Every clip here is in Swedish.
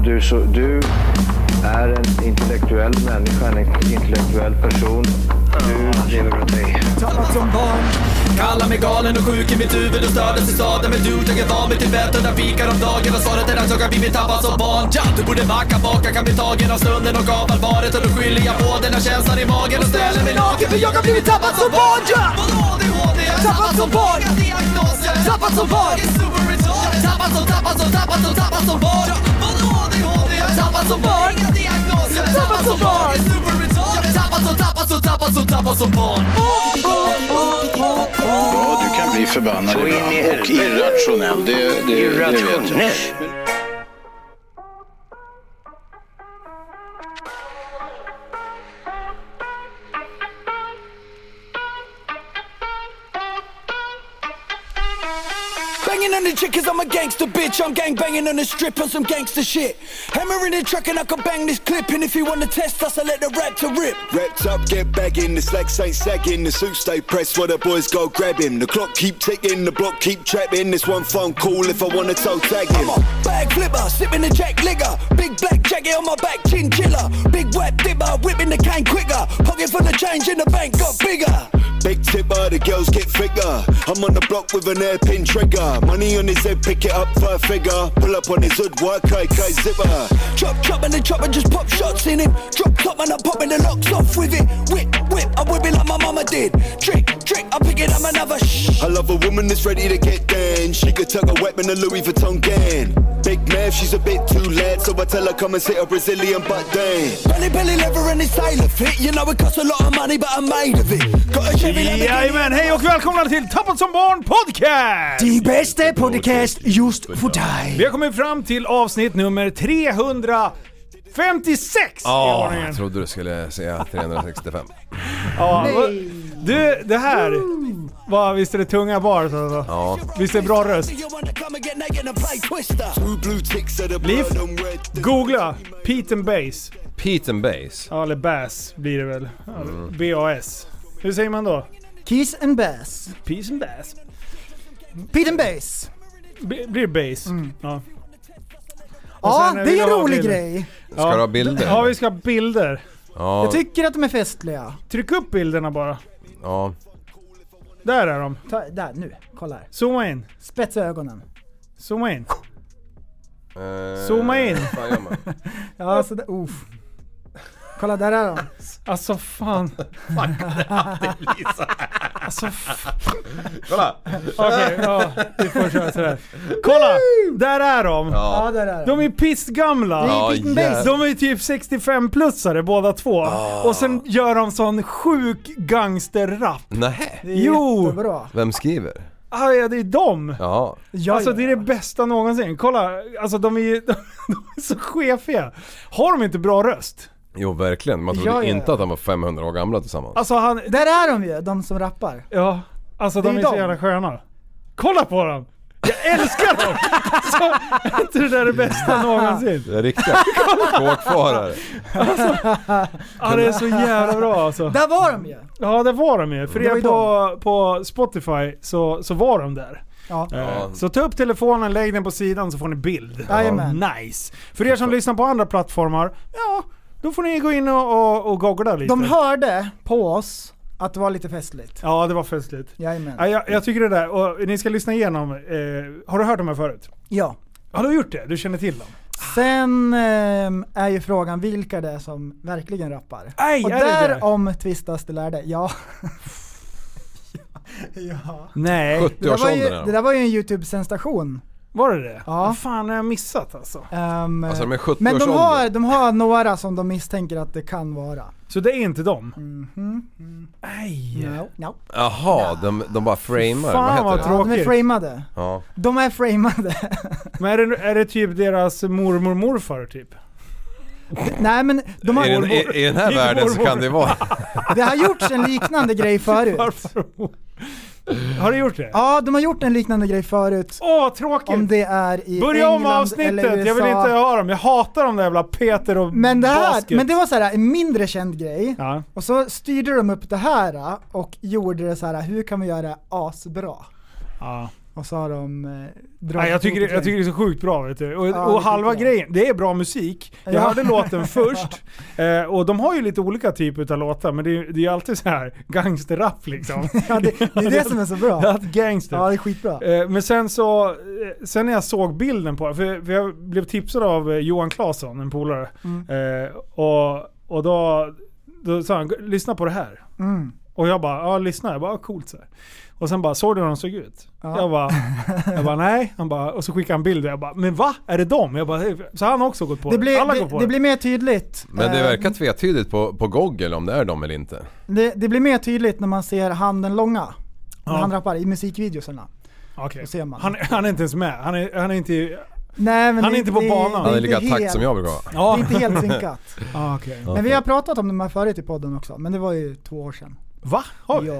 Du är en intellektuell människa, en intellektuell person. Du lever åt dig. Tappad som barn. Kallar mig galen och sjuk i mitt huvud och stördes i staden. Men du, jag är van vid Tibet och där fikar om dagen. Och svaret är att jag har blivit tappad som barn. Ja, du borde backa baka, kan bli tagen av stunden och av allvaret. Och då skyller jag på den här känslan i magen och ställer mig naken. För jag har blivit tappad som barn. Ja! Tappad som barn. Tappad som barn. Tappad som barn. Tappad som barn. Tappad som barn. Tappad som barn. Ja, du kan bli förbannad ibland och irrationell. Det vet jag. Banging on the chick cause I'm a gangster bitch. I'm gang banging on the strip on some gangster shit. Hammer in the truck and I can bang this clip. And if you wanna test us, I let the rap to rip. Wrapped up, get back in, the slacks ain't sagging. The suit stay pressed while the boys go grab him. The clock keep ticking, the block keep trapping. This one phone call if I wanna toe tag him. I'm a bag flipper, sipping the jack ligger. Big black jacket on my back, chinchilla. Big wet dipper, whipping the cane quicker. Pocket full of change in the bank got bigger. Big tipper, the girls get thicker. I'm on the block with an hairpin trigger. Money on his head, pick it up for a figure. Pull up on his hood, work, KK zipper. Chop and the chopper just pop shots in him. Drop top and I'm popping the locks off with it. Whip, I'm whipping like my mama did. Trick, I'm picking up another I love a woman that's ready to get down. She could tuck a weapon, a Louis Vuitton gang. Big Mav, she's a bit too loud, so I tell her come and sit a Brazilian butt down. Belly leather and it's tailor fit. You know it costs a lot of money but I'm made of it. Got a Chevy Jajamän, hej och välkomna till Tappad som barn podcast! Det bästa podcast just för dig. Vi har kommit fram till avsnitt nummer 356 i ordningen. Jag trodde du skulle säga 365. Ja, du, det här var visst är det tunga bar så. Ja. Visst är det bra röst. Liv, googla Pete and Bass. Pete and Bass. Ja, eller Bass blir det väl. B-A-S. Hur säger man då? Kiss and Bass. Peace and Bass. Pete and Bass. Blir bass. Ja. Ja, sen, det är en rolig grej. Ska du ha bilder? Ja, vi ska ha bilder. Ja. Jag tycker att de är festliga. Tryck upp bilderna bara. Ja. Där är de. Där, nu. Kolla här. Zooma in. Spetsa ögonen. Zooma in. Zooma in. Fan gör man? Ja, så där. Kolla, där är de. Alltså fan. Alltså Kolla. okej, ja, vi får köra sådär. Kolla, där är de. Ja, där är de. De är pissgamla. Det är Pete and Bass. De är typ 65-plussare båda två. Och sen gör de sån sjuk gangsterrap. Nej. Det är Jo. jättebra. Vem skriver? Ah, ja, det är de. Ja. Alltså det är det bästa någonsin. Kolla, alltså de är så chefiga. Har de inte bra röst? Jo, verkligen. Man trodde Ja. inte att de var 500 år gamla tillsammans. Alltså han... Där är de ju, de som rappar. Ja, alltså Det är de är så de. jävla sköna. Kolla på dem! Jag älskar dem! Alltså, är inte det där det bästa någonsin? Det är riktigt. Kåkfarare. Ja, det är så jävla bra alltså. Där var de ju. Ja, det var de ju. För Det var er ju på Spotify så var de där. Ja. Så ta upp telefonen, lägg den på sidan så får ni bild. Jajamän. Nice! För er som lyssnar på andra plattformar, ja, då får ni gå in och googla lite. De hörde på oss att det var lite festligt. Ja, det var festligt. Jajamän. Ja, jag tycker det där, och ni ska lyssna igenom. Har du hört dem här förut? Ja. Har du gjort det? Du känner till dem? Sen är ju frågan vilka det är som verkligen rappar. Aj, och är det där det? om tvistas det lärde. Ja. Ja. Nej. 70-årsåldern. Det där var ju en YouTube-sensation. Var det det? Ja. Vad fan har jag missat alltså? Alltså de är 70-årsåldern. Men de har några som de misstänker att det kan vara. Så det är inte dem? Nej. No. Jaha, de bara framar. Fan, vad vad heter det? Ja, de är tråkigt. framade. Ja. De är framade. Men är det typ deras morfar typ? Nej, men de har, I den här världen så kan det vara. det har gjorts en liknande grej förut. Varför? Har du gjort det? Ja, de har gjort en liknande grej förut. Åh, tråkigt! Om det är i Börja om England eller avsnittet, USA. jag vill inte ha dem. Jag hatar de där jävla Peter och Men det basket. var så här en mindre känd grej. Ja. Och så styrde de upp det här och gjorde det så här: hur kan vi göra det asbra? Ja. Och så har de Nej, jag tycker det är så sjukt bra, vet du. Och halva grejen, det är bra musik. Jag hörde låten först. Och de har ju lite olika typer av låtar, men det är ju alltid så här gangsterrap liksom. Ja, det är det som är så bra. Ja, gangster. Ja, det är skitbra. Men sen när jag såg bilden på det, för jag blev tipsad av Johan Claesson, en polare. Och då sa han, lyssna på det här. Och jag bara, lyssna. Jag bara, coolt så här. Och sen bara, såg du hur de såg ut? Ja. Jag bara, nej. Han bara, och så skickade han bilder. Jag bara, men va? Är det dem? Jag bara, så han har också gått på det. Alla går på det blir mer tydligt. Men det verkar tvetydigt på Google om det är dem eller inte. Det blir mer tydligt när man ser handen långa. När han rappar i musikvideorna. Okej. Han är inte ens med. Han är inte... Nej, men han är inte på banan. Han är lika takt som jag brukar vara. Det är inte helt synkat. Okay. Men vi har pratat om de här förut i podden också. Men det var ju 2 år sedan. Va? Har vi? Ja.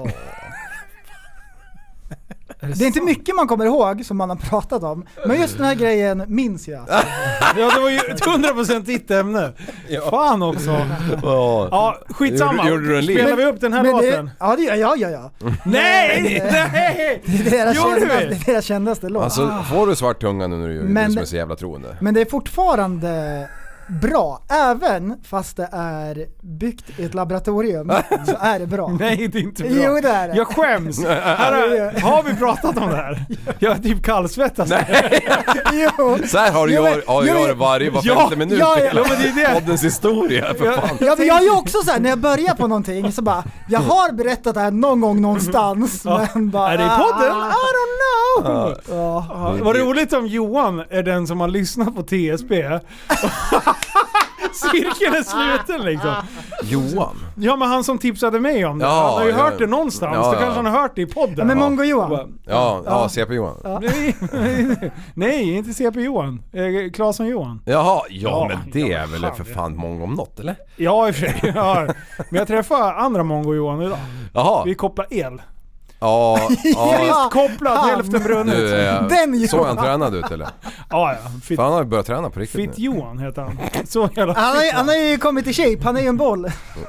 Det är inte mycket man kommer ihåg som man har pratat om. Men just den här grejen minns jag. Ja, det var ju 100% ditt ämne. Ja. Fan också. Ja, skitsamma. Spelar vi upp den här låten? Ja. Nej! Det är deras kändaste låt. Alltså, får du svart tunga nu när du är så jävla troende? Men det är fortfarande bra, även fast det är byggt i ett laboratorium så är det bra. Nej, det är inte bra. Jo, det är det. Jag skäms. Har vi pratat om det här? Jag är typ kallsvettas. Jo. Så här har du gör var 50 minut. Ja, men det är det. Poddens historia, för fan. Ja, men jag är ju också så här, när jag börjar på någonting så bara, jag har berättat det här någon gång någonstans, men bara... Är det i podden? I don't know! Vad roligt om Johan är den som har lyssnat på TSB. Cirkeln är sluten liksom. Johan? Ja, men han som tipsade mig om det. Han har ju hört det någonstans. Då kanske han har hört det i podden. Ja, men Mongo Johan. Ja, CP Johan. Ja. Nej, inte CP Johan. Claesson Johan. Jaha, men det är väl för fan Mongo om något, eller? Ja, i och för sig. Men jag träffar andra Mongo Johan idag. Jaha. Vi kopplar el. Ja. Friskt kopplat, hälften brunnet. Den såg han tränad ut eller? Ja. För han har börjat träna på riktigt. Fit Johan heter han. Så han har ju kommit i shape, han är ju en boll.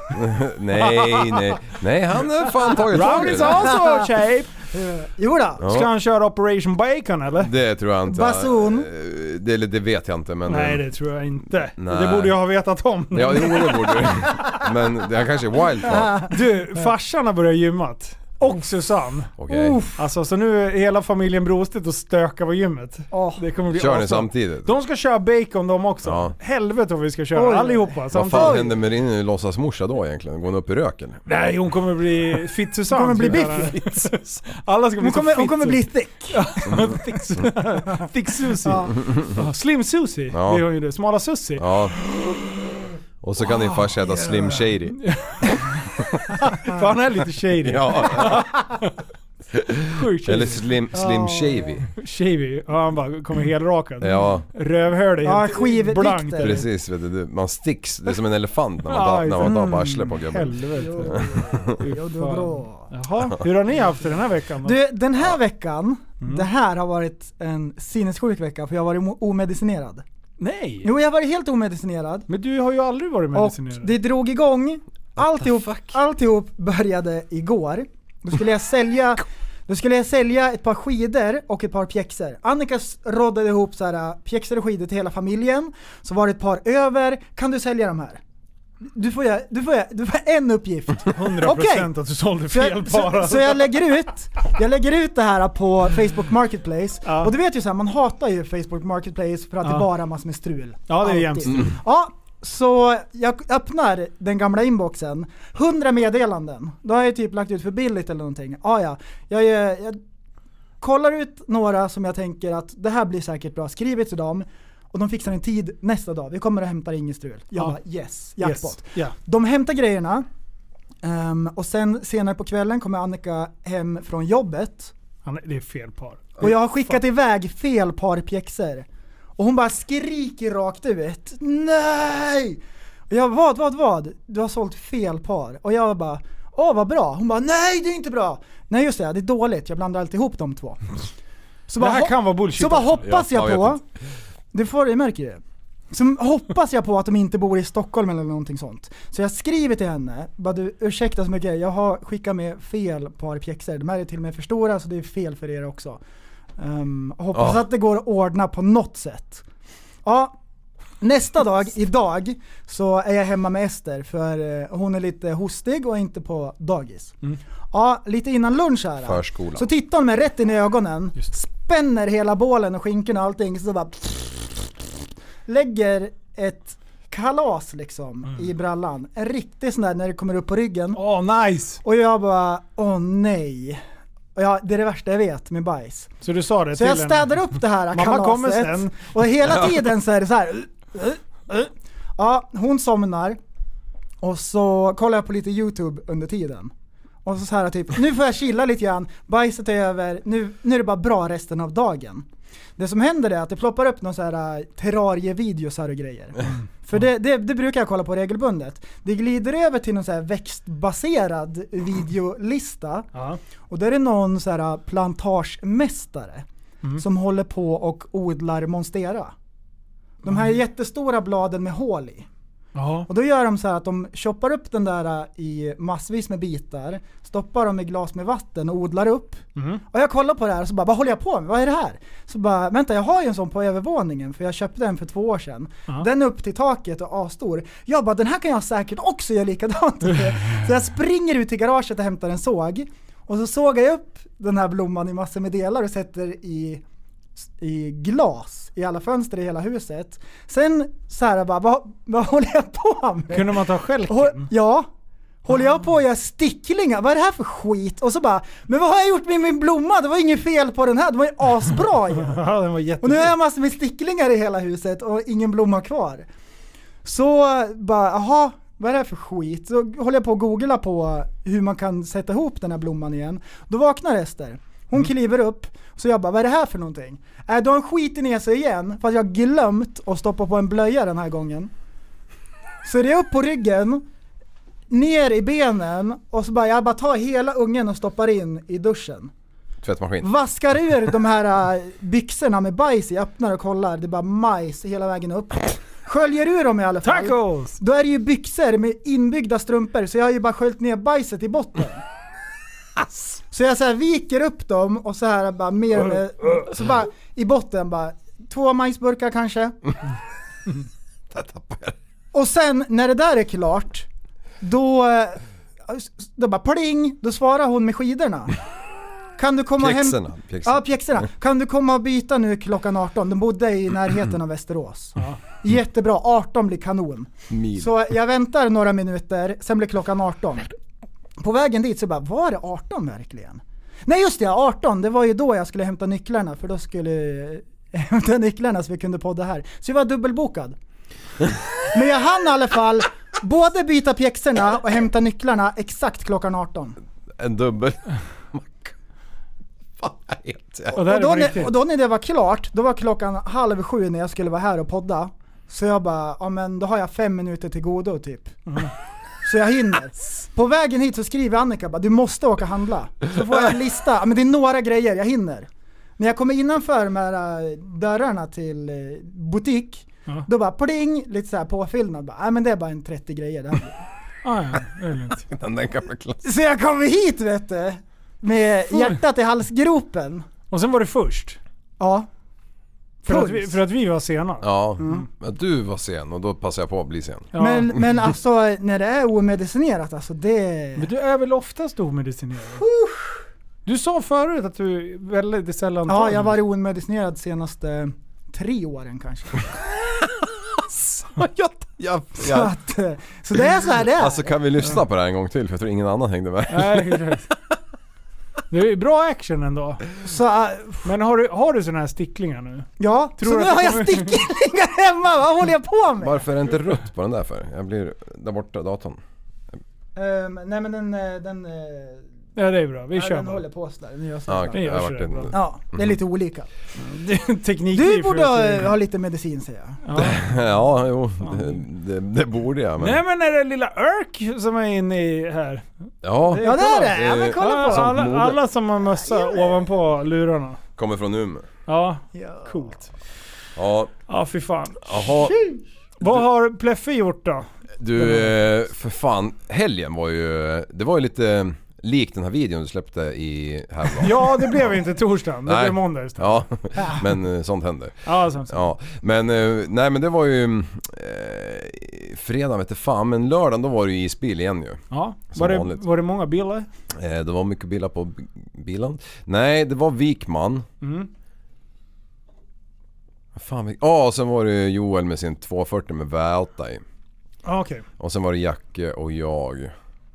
Nej, han har fan tagit tag i det. Also shape. Jo då. Ska han köra Operation Bacon eller? Det tror jag inte. Bason. Det vet jag inte, men... Nej, det tror jag inte. Nej. Det borde jag ha vetat om. Ja, det borde du. Men det kanske är wild card. Du, farsan har börjat gymmat. Och Susanne. Okay. Alltså, så nu är hela familjen Brostedt och stökar på gymmet. Det kommer bli kör ni samtidigt? De ska köra bacon de också. Ja. Helvete vad vi ska köra allihopa. Vad fan händer med din låtsasmorsa då egentligen? Går hon upp i röken? Nej, hon kommer bli fit Susanne. Hon kommer bli biff. Alla ska bli hon kommer bli thick. Thick Susie. Slim Susie. Ja. Det är ju det. Smala Susie. Ja. Och så kan din farsa heta Slim Shady. För han är lite shady. Ja. Shady. Eller Slim Shavy. Shavy. Ja, han bara kommer helrakad. Ja. Rövhörd. Ja, skivblankt. Precis, vet du. Man sticks. Det är som en elefant när man tar på arslet på gubben. Helvete. Jo, det var bra. Jaha, hur har ni haft det den här veckan då? Du, den här veckan, det här har varit en sinnessjuk vecka för jag har varit omedicinerad. Nej. Jo, jag har varit helt omedicinerad. Men du har ju aldrig varit medicinerad. Och det drog igång. Alltihop började igår. Då skulle jag sälja ett par skidor och ett par pjäxor. Annika råddade ihop så här pjäxor och skidor till hela familjen. Så var det ett par över. Kan du sälja de här? Du får en uppgift. 100% att du sålde fel par. Så jag lägger ut det här på Facebook Marketplace. Ja. Och du vet ju så här, man hatar ju Facebook Marketplace för att det bara är massor med strul. Ja, det är jämt. Ja, så jag öppnar den gamla inboxen. 100 meddelanden. Då har jag typ lagt ut för billigt eller någonting. Jag kollar ut några som jag tänker att det här blir säkert bra. Skrivit till dem. Och de fixar en tid nästa dag. Vi kommer att hämta ingen strul. Jag bara yes, jackpot. Yes. Yeah. De hämtar grejerna. Och sen senare på kvällen kommer Annika hem från jobbet. Det är fel par. Och jag har skickat iväg fel par pjäxor. Och hon bara skriker rakt ut. Nej! Och jag vad? Du har sålt fel par. Och jag bara, vad bra. Hon bara, nej det är inte bra. Nej just det är dåligt. Jag blandar alltid ihop de två. Så det här kan vara bullshit. Så bara hoppas jag på... Det får jag märker det. Så hoppas jag på att de inte bor i Stockholm eller någonting sånt. Så jag skriver till henne, bara du ursäkta så mycket, jag har skickat med fel par pjäxor. De här är till och med för stora så det är fel för er också. Hoppas att det går att ordna på något sätt. Ja, nästa dag, idag, så är jag hemma med Ester för hon är lite hostig och inte på dagis. Ja, lite innan lunch här. Förskolan. Så tittar hon mig rätt in i ögonen, spänner hela bålen och skinken och allting, så bara lägger ett kalas liksom i brallan. En riktig sån där när det kommer upp på ryggen. Nice! Och jag bara, nej. Och det är det värsta jag vet med bajs. Så du sa det så till jag städar upp det här Mamma kalaset. kommer sen. Och hela tiden så är det så här. Ja, hon somnar. Och så kollar jag på lite YouTube under tiden. Och så här typ, nu får jag chilla lite grann. Bajset är över. Nu är det bara bra resten av dagen. Det som händer är att det ploppar upp någon så här terrarie-videos och grejer. För det brukar jag kolla på regelbundet. Det glider över till någon så här växtbaserad videolista. Och där är någon så här plantagemästare som håller på och odlar monstera. De här jättestora bladen med hål i. Och då gör de så här att de choppar upp den där i massvis med bitar, stoppar dem i glas med vatten och odlar upp. Och jag kollar på det här och så bara, vad håller jag på med? Vad är det här? Så bara, vänta, jag har ju en sån på övervåningen för jag köpte den för 2 år sedan. Den är upp till taket och A-stor. Jag bara, den här kan jag säkert också göra likadant med. Så jag springer ut till garaget och hämtar en såg. Och så sågar jag upp den här blomman i massor med delar och sätter i glas i alla fönster i hela huset. Sen så här bara, vad håller jag på med? Kunde man ta skälken? Ja. Håller jag på att göra sticklingar? Vad är det här för skit? Och så bara, men vad har jag gjort med min blomma? Det var inget fel på den här. Det var ju asbra ju. Ja, den var jättebra. Och nu har jag massor med sticklingar i hela huset och ingen blomma kvar. Så bara, aha, vad är det här för skit? Så håller jag på att googla på hur man kan sätta ihop den här blomman igen. Då vaknar Ester. Hon kliver upp, så jag bara, vad är det här för någonting? Då har hon skiten ner sig igen, för att jag glömt att stoppa på en blöja den här gången. Så det är upp på ryggen, ner i benen, och så bara, jag bara tar hela ungen och stoppar in i duschen. Tvättmaskin. Vaskar ur de här byxorna med bajs i, öppnar och kollar, det är bara majs hela vägen upp. Sköljer ur dem i alla fall. Tacos! Då är det ju byxor med inbyggda strumpor, så jag har ju bara sköljt ner bajset i botten. Så jag så här viker upp dem och så här bara mer med, så bara i botten bara 2 majsburkar kanske. Och sen när det där är klart, då bara pling, då svarar hon med skidorna. Kan du komma pjäxorna. hem? Ja, pjäxorna. Kan du komma och byta nu klockan 18? De bodde i närheten av Västerås. Jättebra, 18 blir kanon. Så jag väntar några minuter, sen blir klockan 18. På vägen dit så bara, var det 18 verkligen? Nej just det, 18, det var ju då jag skulle hämta nycklarna, för då skulle jag hämta nycklarna så vi kunde podda här. Så jag var dubbelbokad. Men jag hann i alla fall både byta pjäxorna och hämta nycklarna exakt klockan 18. En dubbel. Och då när det var klart, då var klockan 6:30 när jag skulle vara här och podda. Så jag bara, ja men då har jag 5 minuter till godo typ. Så jag hinner. På vägen hit så skriver Annika bara, du måste åka handla. Så får jag en lista, ja, men det är några grejer, jag hinner. När jag kommer innanför med dörrarna till butik, då bara pling, lite så här påfyllnad. Ja men det är bara en 30 grejer där. Ja, det är lugnt. Den kan bli klass. Så jag kommer hit vet du, med hjärtat i halsgropen. Och sen var det först. Ja. För att vi var sena. Ja, men du var sen och då passade jag på att bli sen. Ja. Men alltså när det är omedicinerat, alltså det... Men du är väl oftast omedicinerad? Du sa förut att du väldigt sällan... Ja, jag var omedicinerad senaste 3 åren kanske. Så det är så här det är. Alltså kan vi lyssna på det här en gång till? För jag tror ingen annan hängde med. Nej, det är bra action ändå. Så, men har du såna här sticklingar nu? Ja, tror så nu har jag sticklingar hemma. Vad håller jag på med? Varför är det inte rött på den där för? Jag blir där borta datorn. Nej men den ja, det är bra. Vi kör. Den håller på sådär. Det är lite olika. Teknik. Du borde ha lite medicin säger jag. Ja, jo. Det borde jag. Men... Nej men är det lilla Örk som är inne i här? Ja, det är det. Ja, men kolla på. Alla som har mössa ovanpå lurarna. Kommer från Umeå. Ja, coolt. Ja, fy fan. Jaha. Vad har Pleffe gjort då? Du, för fan, helgen var ju... Det var ju lite Lik den här videon du släppte i häromdagen. Ja, det blev inte torsdagen. Det blev måndag istället. Ja, men sånt händer. Ja, sånt. Ja, men nej, men det var ju fredag vet du fan, men lördagen då var det ju isbil igen ju. Ja, var det många bilar? Det var mycket bilar på bilen. Nej, det var Vikman. Fan, och sen var det Joel med sin 240 med Välta i. Okej. Och sen var det Jacke och jag.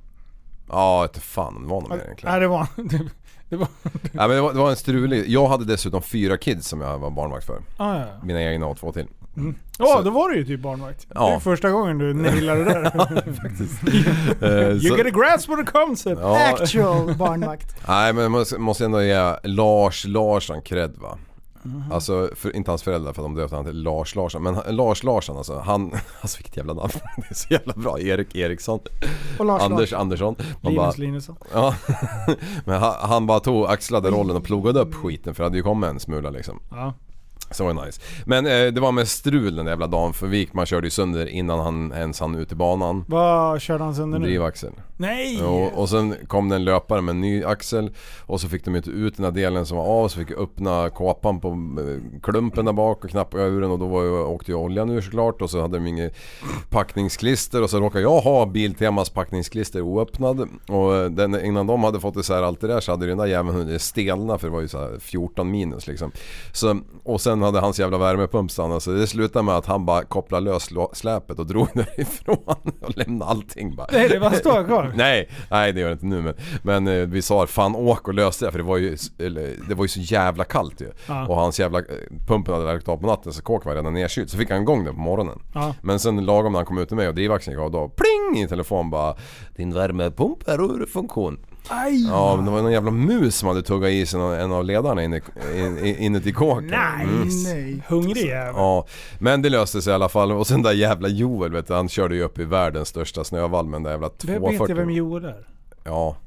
Ja, inte fan, det var något mer egentligen. Nej, det var ja, men det var en strulig. Jag hade dessutom 4 kids som jag var barnvakt för. Ja. Mina egna och 2 till. Ja, då var det ju typ barnvakt. Ja. Det är första gången du nailade det där. Faktiskt. You get a grasp for the concept. Ja. Actual barnvakt. Nej, men man måste ändå ge Lars Larsson cred, va? Alltså, inte hans föräldrar för att de döpte han till Lars Larsson. Men Lars Larsson, alltså, alltså vilket jävla namn. Det är så jävla bra. Erik Eriksson och Lars Andersson. Linusson. Ja. Men han bara axlade rollen och plogade upp skiten, för det hade ju kommit en smula liksom. Ja. Så var det nice. Men det var med strul den jävla dagen, för Vikman körde ju sönder innan han ens hann ut i banan. Vad körde han sönder nu? Drivaxel. Nej! Och sen kom det en löpare med en ny axel, och så fick de inte ut den här delen som var av, så fick jag öppna kåpan på klumpen där bak och knappa ur den, och då åkte ju oljan ur såklart, och så hade de inget packningsklister, och så råkade jag ha Biltemas packningsklister oöppnad, och innan de hade fått isär allt det där så hade den där jäveln stelna, för det var ju så här 14 minus liksom. Så, och sen hade hans jävla värmepump stannat, så det slutade med att han bara kopplade lös släpet och drog därifrån och lämnade allting bara. Nej, det var stå kvar. Nej, det gör det inte nu, men vi sa fan åk och löste det, för det var ju så jävla kallt ju. Ja. Och hans jävla pumpen hade lagt av på natten, så kåk var redan nedkyld, så fick han igång den på morgonen. Ja. Men sen lagom när han kom ut med mig och drivaxeln gav, då pling i telefon bara: din värmepump är ur funktion. Aj. Ja, men det var någon jävla mus som hade tuggat i sig en av ledarna inuti kåken. Nej, hungrig jävel. Ja, men det löste sig i alla fall. Och sen där jävla Joel, vet du, han körde ju upp i världens största snövall med den där jävla 240. Vet jag vem Joel är? Ja.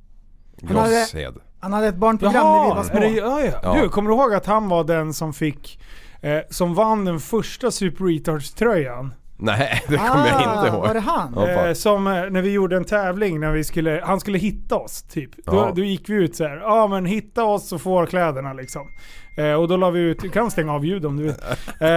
Grosshed. Han hade ett barnprogram när vi var små. Ja. Du, kommer du ihåg att han var den som fick som vann den första Super Retards-tröjan? Nej, det kommer jag inte ihåg. Var det han? Som när vi gjorde en tävling när han skulle hitta oss typ. Då gick vi ut så här: men hitta oss och få kläderna liksom. Och då la vi ut, du kan stänga av ljud om du vet.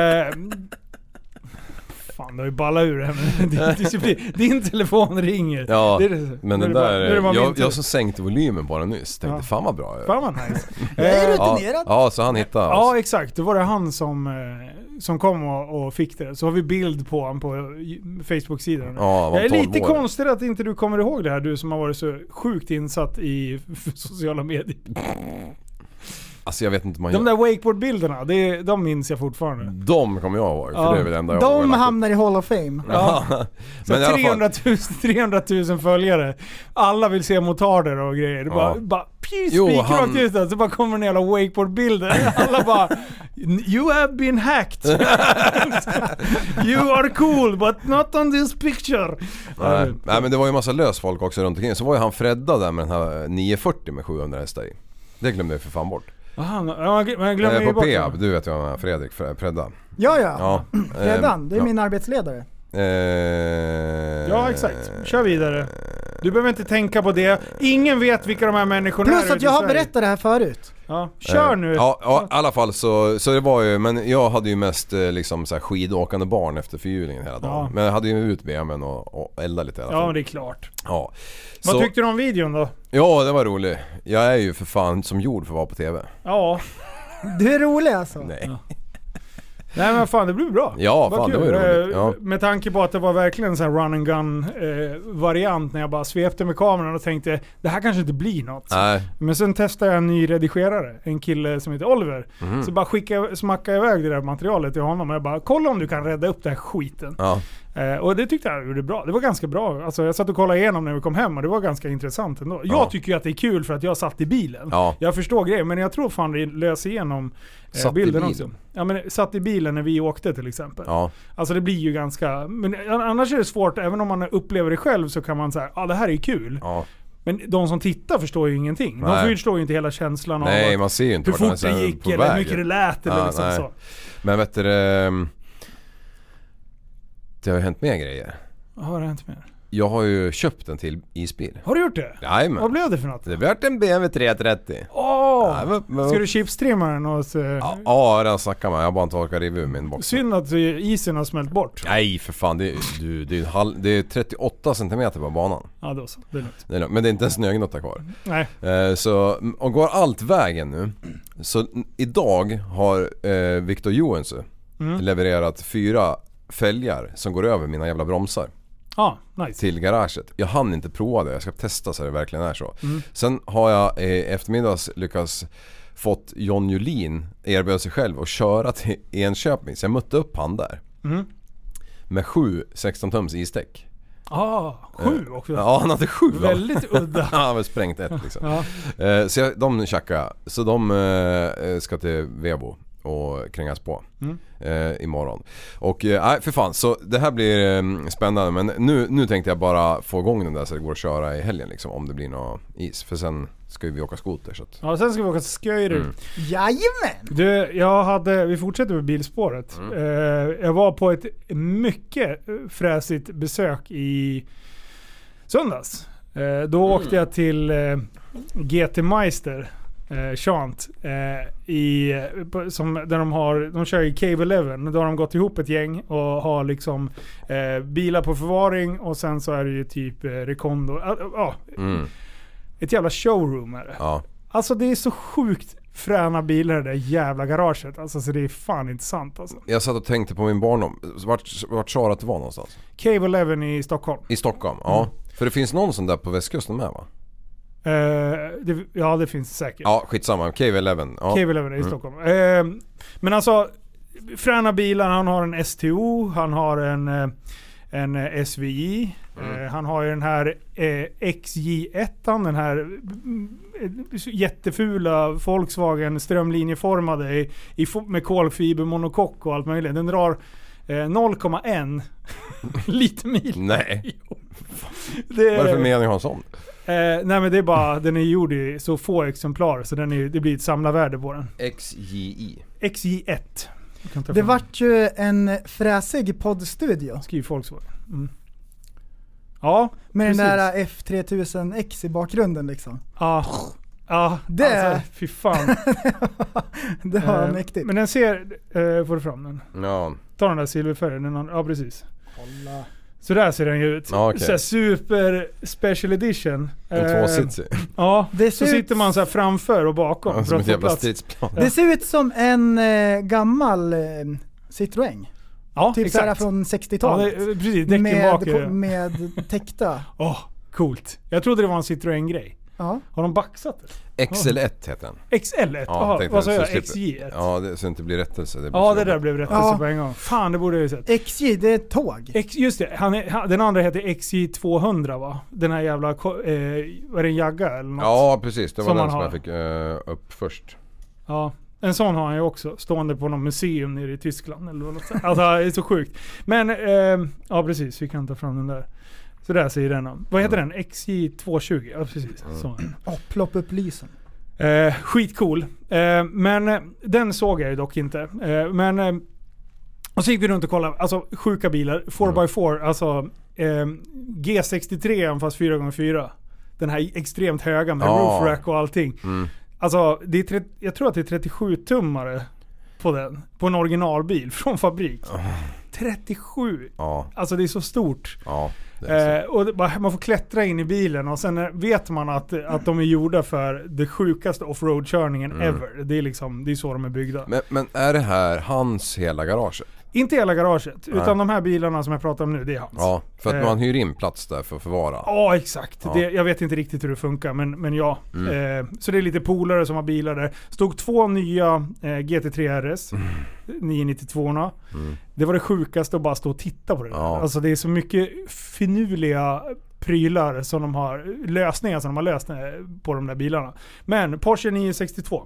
Fan, det har ju ballat ur det här med din telefon ringer. Ja, men den där, jag så sänkte volymen bara nyss. Tänkte, fan vad bra. Fan vad nice. Jag är rutinerad. Ja, så han hittade oss. Ja, exakt. Då var det han som kom och fick det. Så har vi bild på honom på Facebook-sidan. Ja, jag är lite konstigt att inte du kommer ihåg det här, du som har varit så sjukt insatt i sociala medier. Alltså jag vet inte man de där wakeboard-bilderna, de minns jag fortfarande. De kommer jag ihåg, för det är väl enda jag de hamnar i Hall of Fame. Ja. Så 300 000 följare. Alla vill se motarder och grejer. Bara rakt ut, så bara kommer en jävla wakeboard-bilder. Alla bara: you have been hacked. You are cool, but not on this picture. Nej, men det var ju en massa lös folk också runt omkring. Så var ju han Fredda där med den här 940 med 700 hästar i. Det glömde jag för fan bort. Men jag glömmer ju på Peab, du vet ju vad Fredrik Fredda. Ja. Redan, det är min arbetsledare. Ja, exakt. Kör vidare. Du behöver inte tänka på det. Ingen vet vilka de här människorna är. Plus att jag har berättat det här förut. Ja, kör nu. Ja, i alla fall så det var ju, men jag hade ju mest liksom så här skidåkande barn efter förhjulingen hela dagen. Ja. Men jag hade ju ut BMWn och elda lite i alla fall. Ja, det är klart. Ja. Vad tyckte du om videon då? Ja, det var roligt. Jag är ju för fan som gjord för att vara på TV. Ja. Du är rolig alltså. Nej. Ja. Nej men fan, det blev bra. Ja, fan, det var ju roligt. Ja. Med tanke på att det var verkligen en sån här run and gun variant när jag bara svepte med kameran och tänkte, det här kanske inte blir något. Nej. Men sen testade jag en ny redigerare, en kille som heter Oliver. Så bara smackade jag iväg det där materialet till honom och jag bara, kolla om du kan rädda upp den här skiten. Ja. Och det tyckte jag gjorde bra. Det var ganska bra. Alltså, jag satt och kollade igenom när vi kom hem och det var ganska intressant ändå. Ja. Jag tycker ju att det är kul för att jag satt i bilen. Ja. Jag förstår grejer, men jag tror fan det löser igenom bilden också. Ja, men satt i bilen när vi åkte till exempel. Ja. Alltså det blir ju ganska... Men annars är det svårt, även om man upplever det själv så kan man säga, det här är kul. Ja. Men de som tittar förstår ju ingenting. De förstår ju inte hela känslan av man ser ju inte hur fort det gick eller hur mycket det lät eller liksom så. Men vet du, det har ju hänt mer grejer. Vad har det hänt mer? Jag har ju köpt en till isbil. Har du gjort det? Jajamän. Vad blev det för något? Det vart en BMW 330. Ska du chipstrimma den och så... Ja, den snackar man. Jag har bara inte orkat riva ur min box. Synd att isen har smält bort. Nej för fan, det är 38 cm på banan. Ja då så, det är lugnt. Det är lugnt. Men det är inte en snögnotta kvar. Nej. Så, och går allt vägen nu. Så idag har Victor Johansson levererat 4 fälgar som går över mina jävla bromsar. Nice. Till garaget. Jag hann inte prova det. Jag ska testa så det verkligen är så. Sen har jag eftermiddags lyckats fått John Julin erbjöd sig själv att köra till Enköping. Så jag mötte upp han där. Med 7 16-tums isdäck. 7 också. Ja, han hade 7. Väldigt udda. Han har sprängt ett liksom. Så de tjackade. Så de ska till Vevo och krängas på imorgon. Och för fan, så det här blir spännande. Men nu tänkte jag bara få igång den där så det går att köra i helgen liksom, om det blir någon is. För sen ska vi åka skoter så att... Ja, sen ska vi åka sköjder. Jajamän! Vi fortsätter med bilspåret. Jag var på ett mycket fräsigt besök i söndags. Då åkte jag till GT Meister Chant där de kör i Cave 11. Då har de gått ihop ett gäng och har liksom bilar på förvaring och sen så är det ju typ Recondo. Ett jävla showroom är det. Ja. Alltså det är så sjukt fräna bilar i det där jävla garaget. Alltså så det är fan inte sant alltså. Jag satt och tänkte på min barndom. Vart sa du att det var någonstans? Cave 11 i Stockholm. I Stockholm, ja. För det finns någon sån där på västkusten med va? Det finns säkert. Ja, skitsamma. Cave 11. Ja. Cave 11 i Stockholm. Men alltså fräna bilar, han har en STO, han har en SVI, han har ju den här XJ1, den här jättefula Volkswagen strömlinjeformade med kolfiber, monokock och allt möjligt. Den drar 0,1 liter mil. Nej. Vad är det för mening att ha en sån? Nej men det är bara, den är gjord i så få exemplar så det blir ett samlarvärde på den. XJ1. Det vart ju en fräsig poddstudio. Skriv Volkswagen. Ja, med precis. Den där F3000X i bakgrunden liksom. Ja, det alltså, fy fan. Det var mäktigt. Men den ser, får du fram den? Ja. Ta den där silverfärgen, ja precis. Kolla. Så där ser den ju ut. Ja, okay. Så super special edition. En 2-sitsig. Ja, så sitter man så här framför och bakom. Ja, som ett jävla stridsplan. Det ser ut som en gammal Citroën. Ja, typ exakt. Såhär från 60-talet. Ja, precis. Däcken bak. Med täckta. Coolt. Jag trodde det var en Citroën-grej. Ja. Har de baxat det? XL1 heter den. XL1? Ja, vad sa jag? XJ1? Ja, det så inte blir rättelse. Det där blev rättelse på en gång. Fan, det borde jag ju sett. XJ, det är ett tåg. Just det. Den andra heter XJ200 va? Den här jävla... var det en Jagga eller något? Ja, precis. Det var den som har. jag fick upp först. Ja. En sån har han ju också. Stående på något museum nere i Tyskland. Eller något. Alltså, det är så sjukt. Men, ja precis. Vi kan ta fram den där. Så där säger den. Vad heter den? XJ220. Ja, precis. Ploppa upp lysen. Skitcool. Men den såg jag ju dock inte. Och så gick vi runt och kollade. Alltså sjuka bilar. 4x4. Alltså G63 fast 4x4. Den här extremt höga med roof rack och allting. Alltså det är jag tror att det är 37-tummare på den. På en originalbil från fabrik. 37. Alltså det är så stort. Och man får klättra in i bilen och sen vet man att de är gjorda för det sjukaste offroad-körningen ever. Det är liksom, det är så de är byggda. Men är det här hans hela garage? Inte hela garaget, utan de här bilarna som jag pratar om nu, det är hans. Ja, för att man hyr in plats där för att förvara. Ja, exakt. Jag vet inte riktigt hur det funkar, men ja. Så det är lite polare som har bilar där. Stod 2 nya GT3 RS, 992-orna. Det var det sjukaste att bara stå och titta på det. Alltså det är så mycket finurliga prylar som de har, lösningar som de har löst på de där bilarna. Men Porsche 962.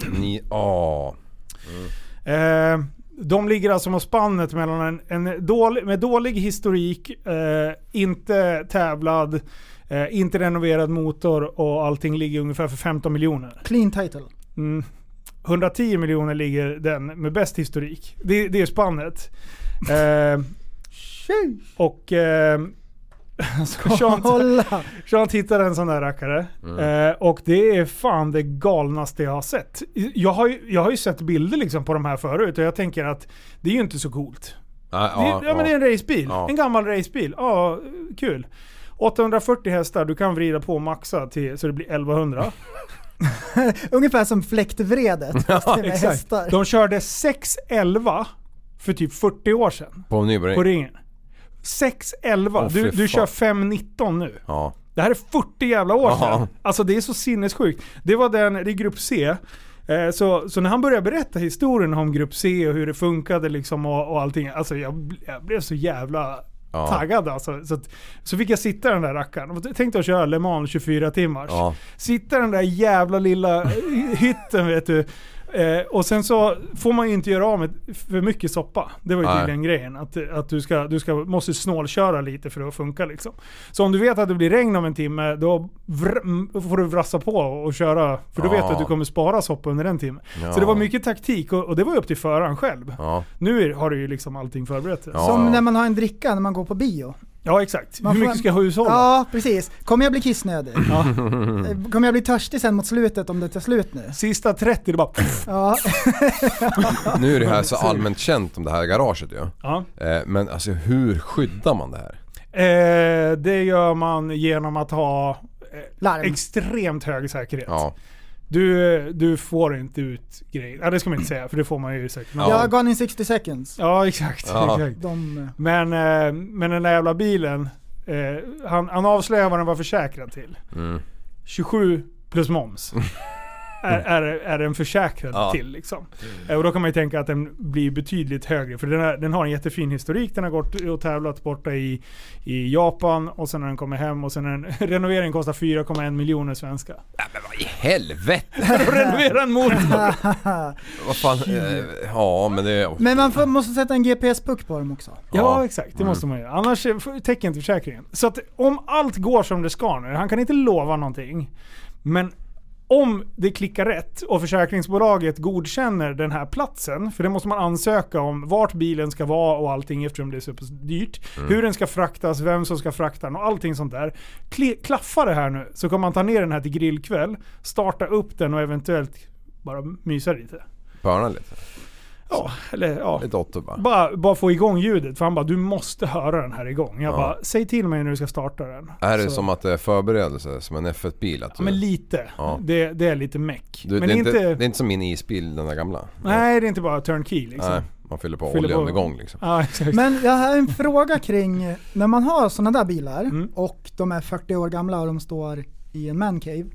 De ligger alltså med spannet mellan en dålig historik, inte tävlad, inte renoverad motor och allting ligger ungefär för 15 miljoner. Clean title. 110 miljoner ligger den med bäst historik. Det är spannet. Och Sean tittade en sån där rackare. Och det är fan det galnaste jag har sett. Jag har ju sett bilder liksom på de här förut och jag tänker att det är ju inte så coolt. Men det är en racebil. Ja. En gammal racebil. Ja, kul. 840 hästar, du kan vrida på och maxa till så det blir 1100. Ungefär som fläktvredet. Ja, exakt. De körde 611 för typ 40 år sedan. På Nybring. På ringen. 611. Du kör 519 nu. Ja. Det här är 40 jävla år sedan. Alltså det är så sinnessjukt. Det är grupp C. Så när han började berätta historien om grupp C och hur det funkade liksom och allting. Alltså jag blev så jävla taggad alltså. Så fick jag sitta den där rackaren och tänkte att köra Le Mans 24 timmars. Ja. Sitta den där jävla lilla hytten vet du. Och sen så får man ju inte göra av med för mycket soppa. Det var ju tydligen grejen. Att du måste snålköra lite för att funka liksom. Så om du vet att det blir regn om en timme, då får du vrassa på och köra. För då vet du att du kommer spara soppa under en timme. Ja. Så det var mycket taktik och det var upp till föraren själv. Ja. Nu har du ju liksom allting förberett. Ja. Som när man har en dricka när man går på bio. Ja, exakt. Hur mycket ska jag hushålla? Ja, precis. Kommer jag bli kissnödig? Ja. Kommer jag bli törstig sen mot slutet om det tar slut nu? Sista 30, det bara... Ja. Nu är det här så allmänt känt om det här garaget ju. Ja. Men alltså hur skyddar man det här? Det gör man genom att ha extremt hög säkerhet. Ja. Du får inte ut grejer. Ja, det ska man inte säga, för det får man ju säkert. Jag har gone in 60 seconds. Ja, exakt. Men den där jävla bilen, han avslöjar vad den var försäkrad till. 27 plus moms. Är den försäkrad till liksom. Och då kan man ju tänka att den blir betydligt högre, för den har en jättefin historik. Den har gått och tävlat borta i Japan och sen när den kommer hem och sen en renovering kostar 4,1 miljoner svenska. Ja, men vad i helvete? Renovera en motor. Vad fan? Ja, men det... Men man måste sätta en GPS-puck på dem också. Ja, exakt. Det måste man göra. Annars täcker inte försäkringen. Så att om allt går som det ska nu, han kan inte lova någonting, men om det klickar rätt och försäkringsbolaget godkänner den här platsen, för det måste man ansöka om vart bilen ska vara och allting eftersom det är så dyrt, hur den ska fraktas, vem som ska frakta den och allting sånt där. Klaffar det här nu så kan man ta ner den här till grillkväll, starta upp den och eventuellt bara mysa lite. Börna lite. Ja, eller ja. Lite åtta bara få igång ljudet, för han bara, du måste höra den här igång. Jag bara, säg till mig när du ska starta den. Är det som att det är förberedelse, som en F1-bil? Ja, men lite. Ja. Det är lite meck. Men det är inte som min isbil, den där gamla. Nej, det är inte bara turnkey liksom. Nej, man fyller på olja under gång liksom. Ja, exakt. Men jag har en fråga kring, när man har sådana där bilar och de är 40 år gamla och de står i en mancave.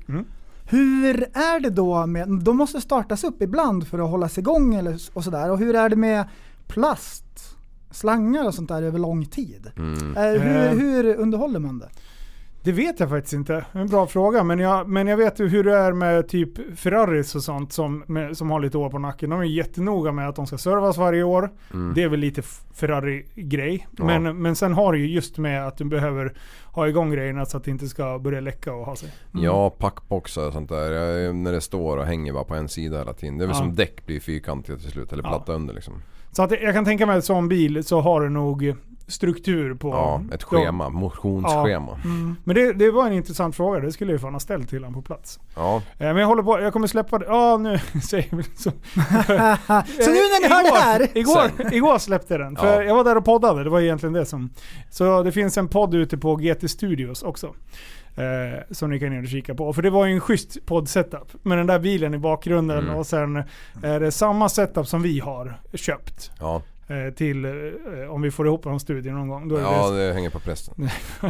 Hur är det då med, de måste startas upp ibland för att hålla sig igång och sådär. Och hur är det med plast, slangar och sånt där över lång tid? Hur underhåller man det? Det vet jag faktiskt inte. En bra fråga. Men jag vet hur det är med typ Ferraris och sånt som har lite år på nacken. De är jättenoga med att de ska servas varje år. Det är väl lite Ferrari-grej. Ja. Men sen har det ju just med att du behöver ha igång grejerna så att det inte ska börja läcka och ha sig. Ja, packboxar och sånt där. När det står och hänger bara på en sida hela tiden. Det är väl som däck blir fyrkantigt till slut. Eller platta under liksom. Så att jag kan tänka mig att som bil så har du nog struktur på... ett schema, motionsschema. Men det var en intressant fråga. Det skulle jag fan ha ställt till han på plats. Ja. Men jag håller på, jag kommer släppa det. Ja, nu säger vi så. Så nu när ni hör det här? Igår släppte den. För jag var där och poddade. Det var egentligen det som... Så det finns en podd ute på GT Studios också. Som ni kan ner och kika på. För det var ju en schysst podd-setup. Med den där bilen i bakgrunden. Och sen är det samma setup som vi har köpt. Ja. Till om vi får ihop en studie någon gång. Då är det hänger på prästen.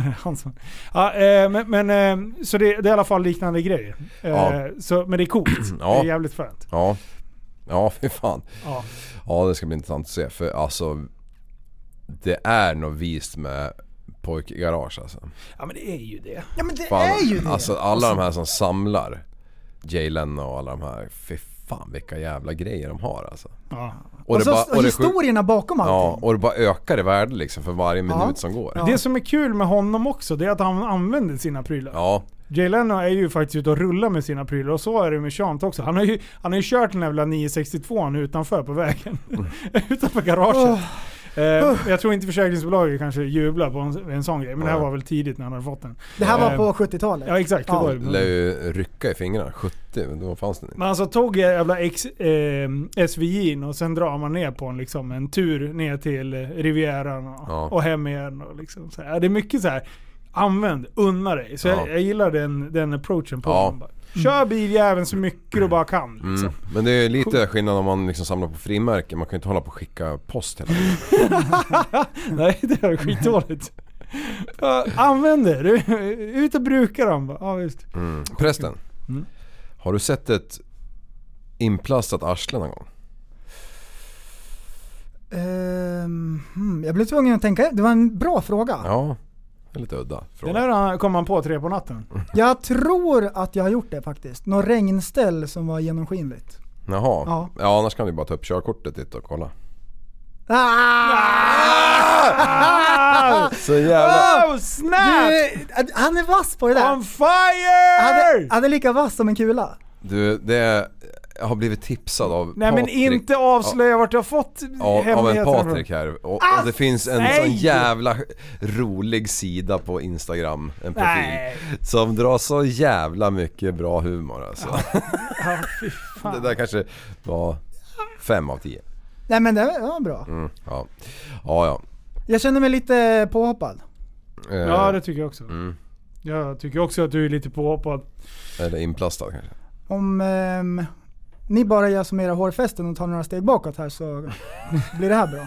Så det är i alla fall liknande grejer. Men det är coolt. Det är jävligt fränt. Ja, fy fan. Ja, det ska bli intressant att se. För alltså, det är nog vist med pojkgarage alltså. Ja, men det är ju det. Ja, men det är ju det. Alltså alla de här som samlar Jay Leno och alla de här, fy fan vilka jävla grejer de har alltså. Ja. Och historierna bakom allting. Ja, och det bara ökar i värde liksom för varje minut som går. Ja. Det som är kul med honom också, det är att han använder sina prylar. Ja. Jay Leno är ju faktiskt ute och rullar med sina prylar, och så är det med Chant också. Han har ju kört den jävla 962 utanför på vägen. Utanför garaget. Jag tror inte försäkringsbolaget kanske jublar på en sån grej. Men det här var väl tidigt när han hade fått den. Det här var på 70-talet. Ja, exakt. Det var lär ju rycka i fingrarna. 70, då fanns det inte. Men alltså tog jag jävla SVJ och sen drar man ner på en tur ner till Rivieran och hem igen. Och liksom så här. Det är mycket så här. Använd, unna dig. Så jag gillar den approachen på den. Kör biljäveln så mycket du bara kan. Liksom. Men det är lite skillnad om man liksom samlar på frimärken. Man kan ju inte hålla på och skicka post hela tiden. Nej, det är skitdåligt. Använd det. Ut och bruka dem. Ja, visst. Prästen, har du sett ett inplastat arsle någon gång? Jag blev tvungen att tänka. Det var en bra fråga. Ja. Lite udda fråga. Den där kom man på 3 på natten. Jag tror att jag har gjort det faktiskt. Någon regnställ som var genomskinligt. Jaha. Ja, annars kan du bara ta upp körkortet dit och kolla. Så jävla... snap! Han är vass på det där. On fire! Han är lika vass som en kula. Du, jag har blivit tipsad av Nej, Patrik. men inte avslöja vart jag har fått av en Patrik här. Och det finns en sån jävla rolig sida på Instagram, en profil, som drar så jävla mycket bra humor alltså. Ja, fy fan. Det där kanske var 5 av 10. Nej, men det var bra. Ja. Jag känner mig lite påhoppad. Ja, det tycker jag också. Jag tycker också att du är lite påhoppad. Eller inplastad kanske. Om ni bara gör som era hårfästen och tar några steg bakåt här så blir det här bra.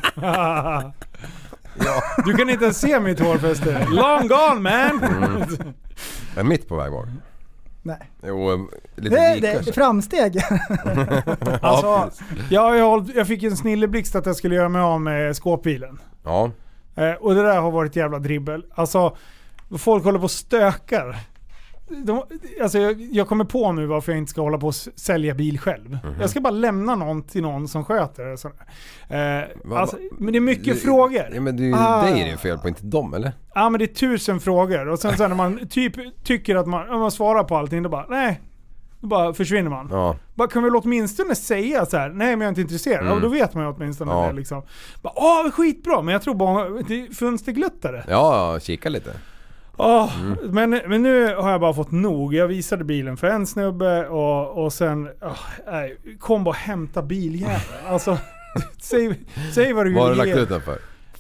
Ja. Du kan inte se mitt hårfäste. Long gone, man! Jag är mitt på väg bak. Nej. Jo, lite det är framsteg. Alltså, jag fick en snilleblixt att jag skulle göra mig av med skåpbilen. Ja. Och det där har varit jävla dribbel. Alltså, folk håller på och stökar. Alltså jag kommer på nu varför jag inte ska hålla på och sälja bil själv. Jag ska bara lämna någon till någon som sköter det. Alltså, men det är mycket frågor. Ja, men det är ju dig det är fel på, inte dem, eller? Ja, men det är 1000 frågor. Och sen så när man tycker att man svarar på allting, då bara, nej. Då bara försvinner man. Ja. Bara, kan vi åtminstone säga så här: nej, men jag är inte intresserad. Och då vet man ju åtminstone det liksom. Bara, skitbra, men jag tror bara det funns det glöttare. Ja, kika lite. Men nu har jag bara fått nog. Jag visade bilen för en snubbe och sen kom bara hämta biljäveln. Alltså säg vad du vill. Vad har du lagt ut den för?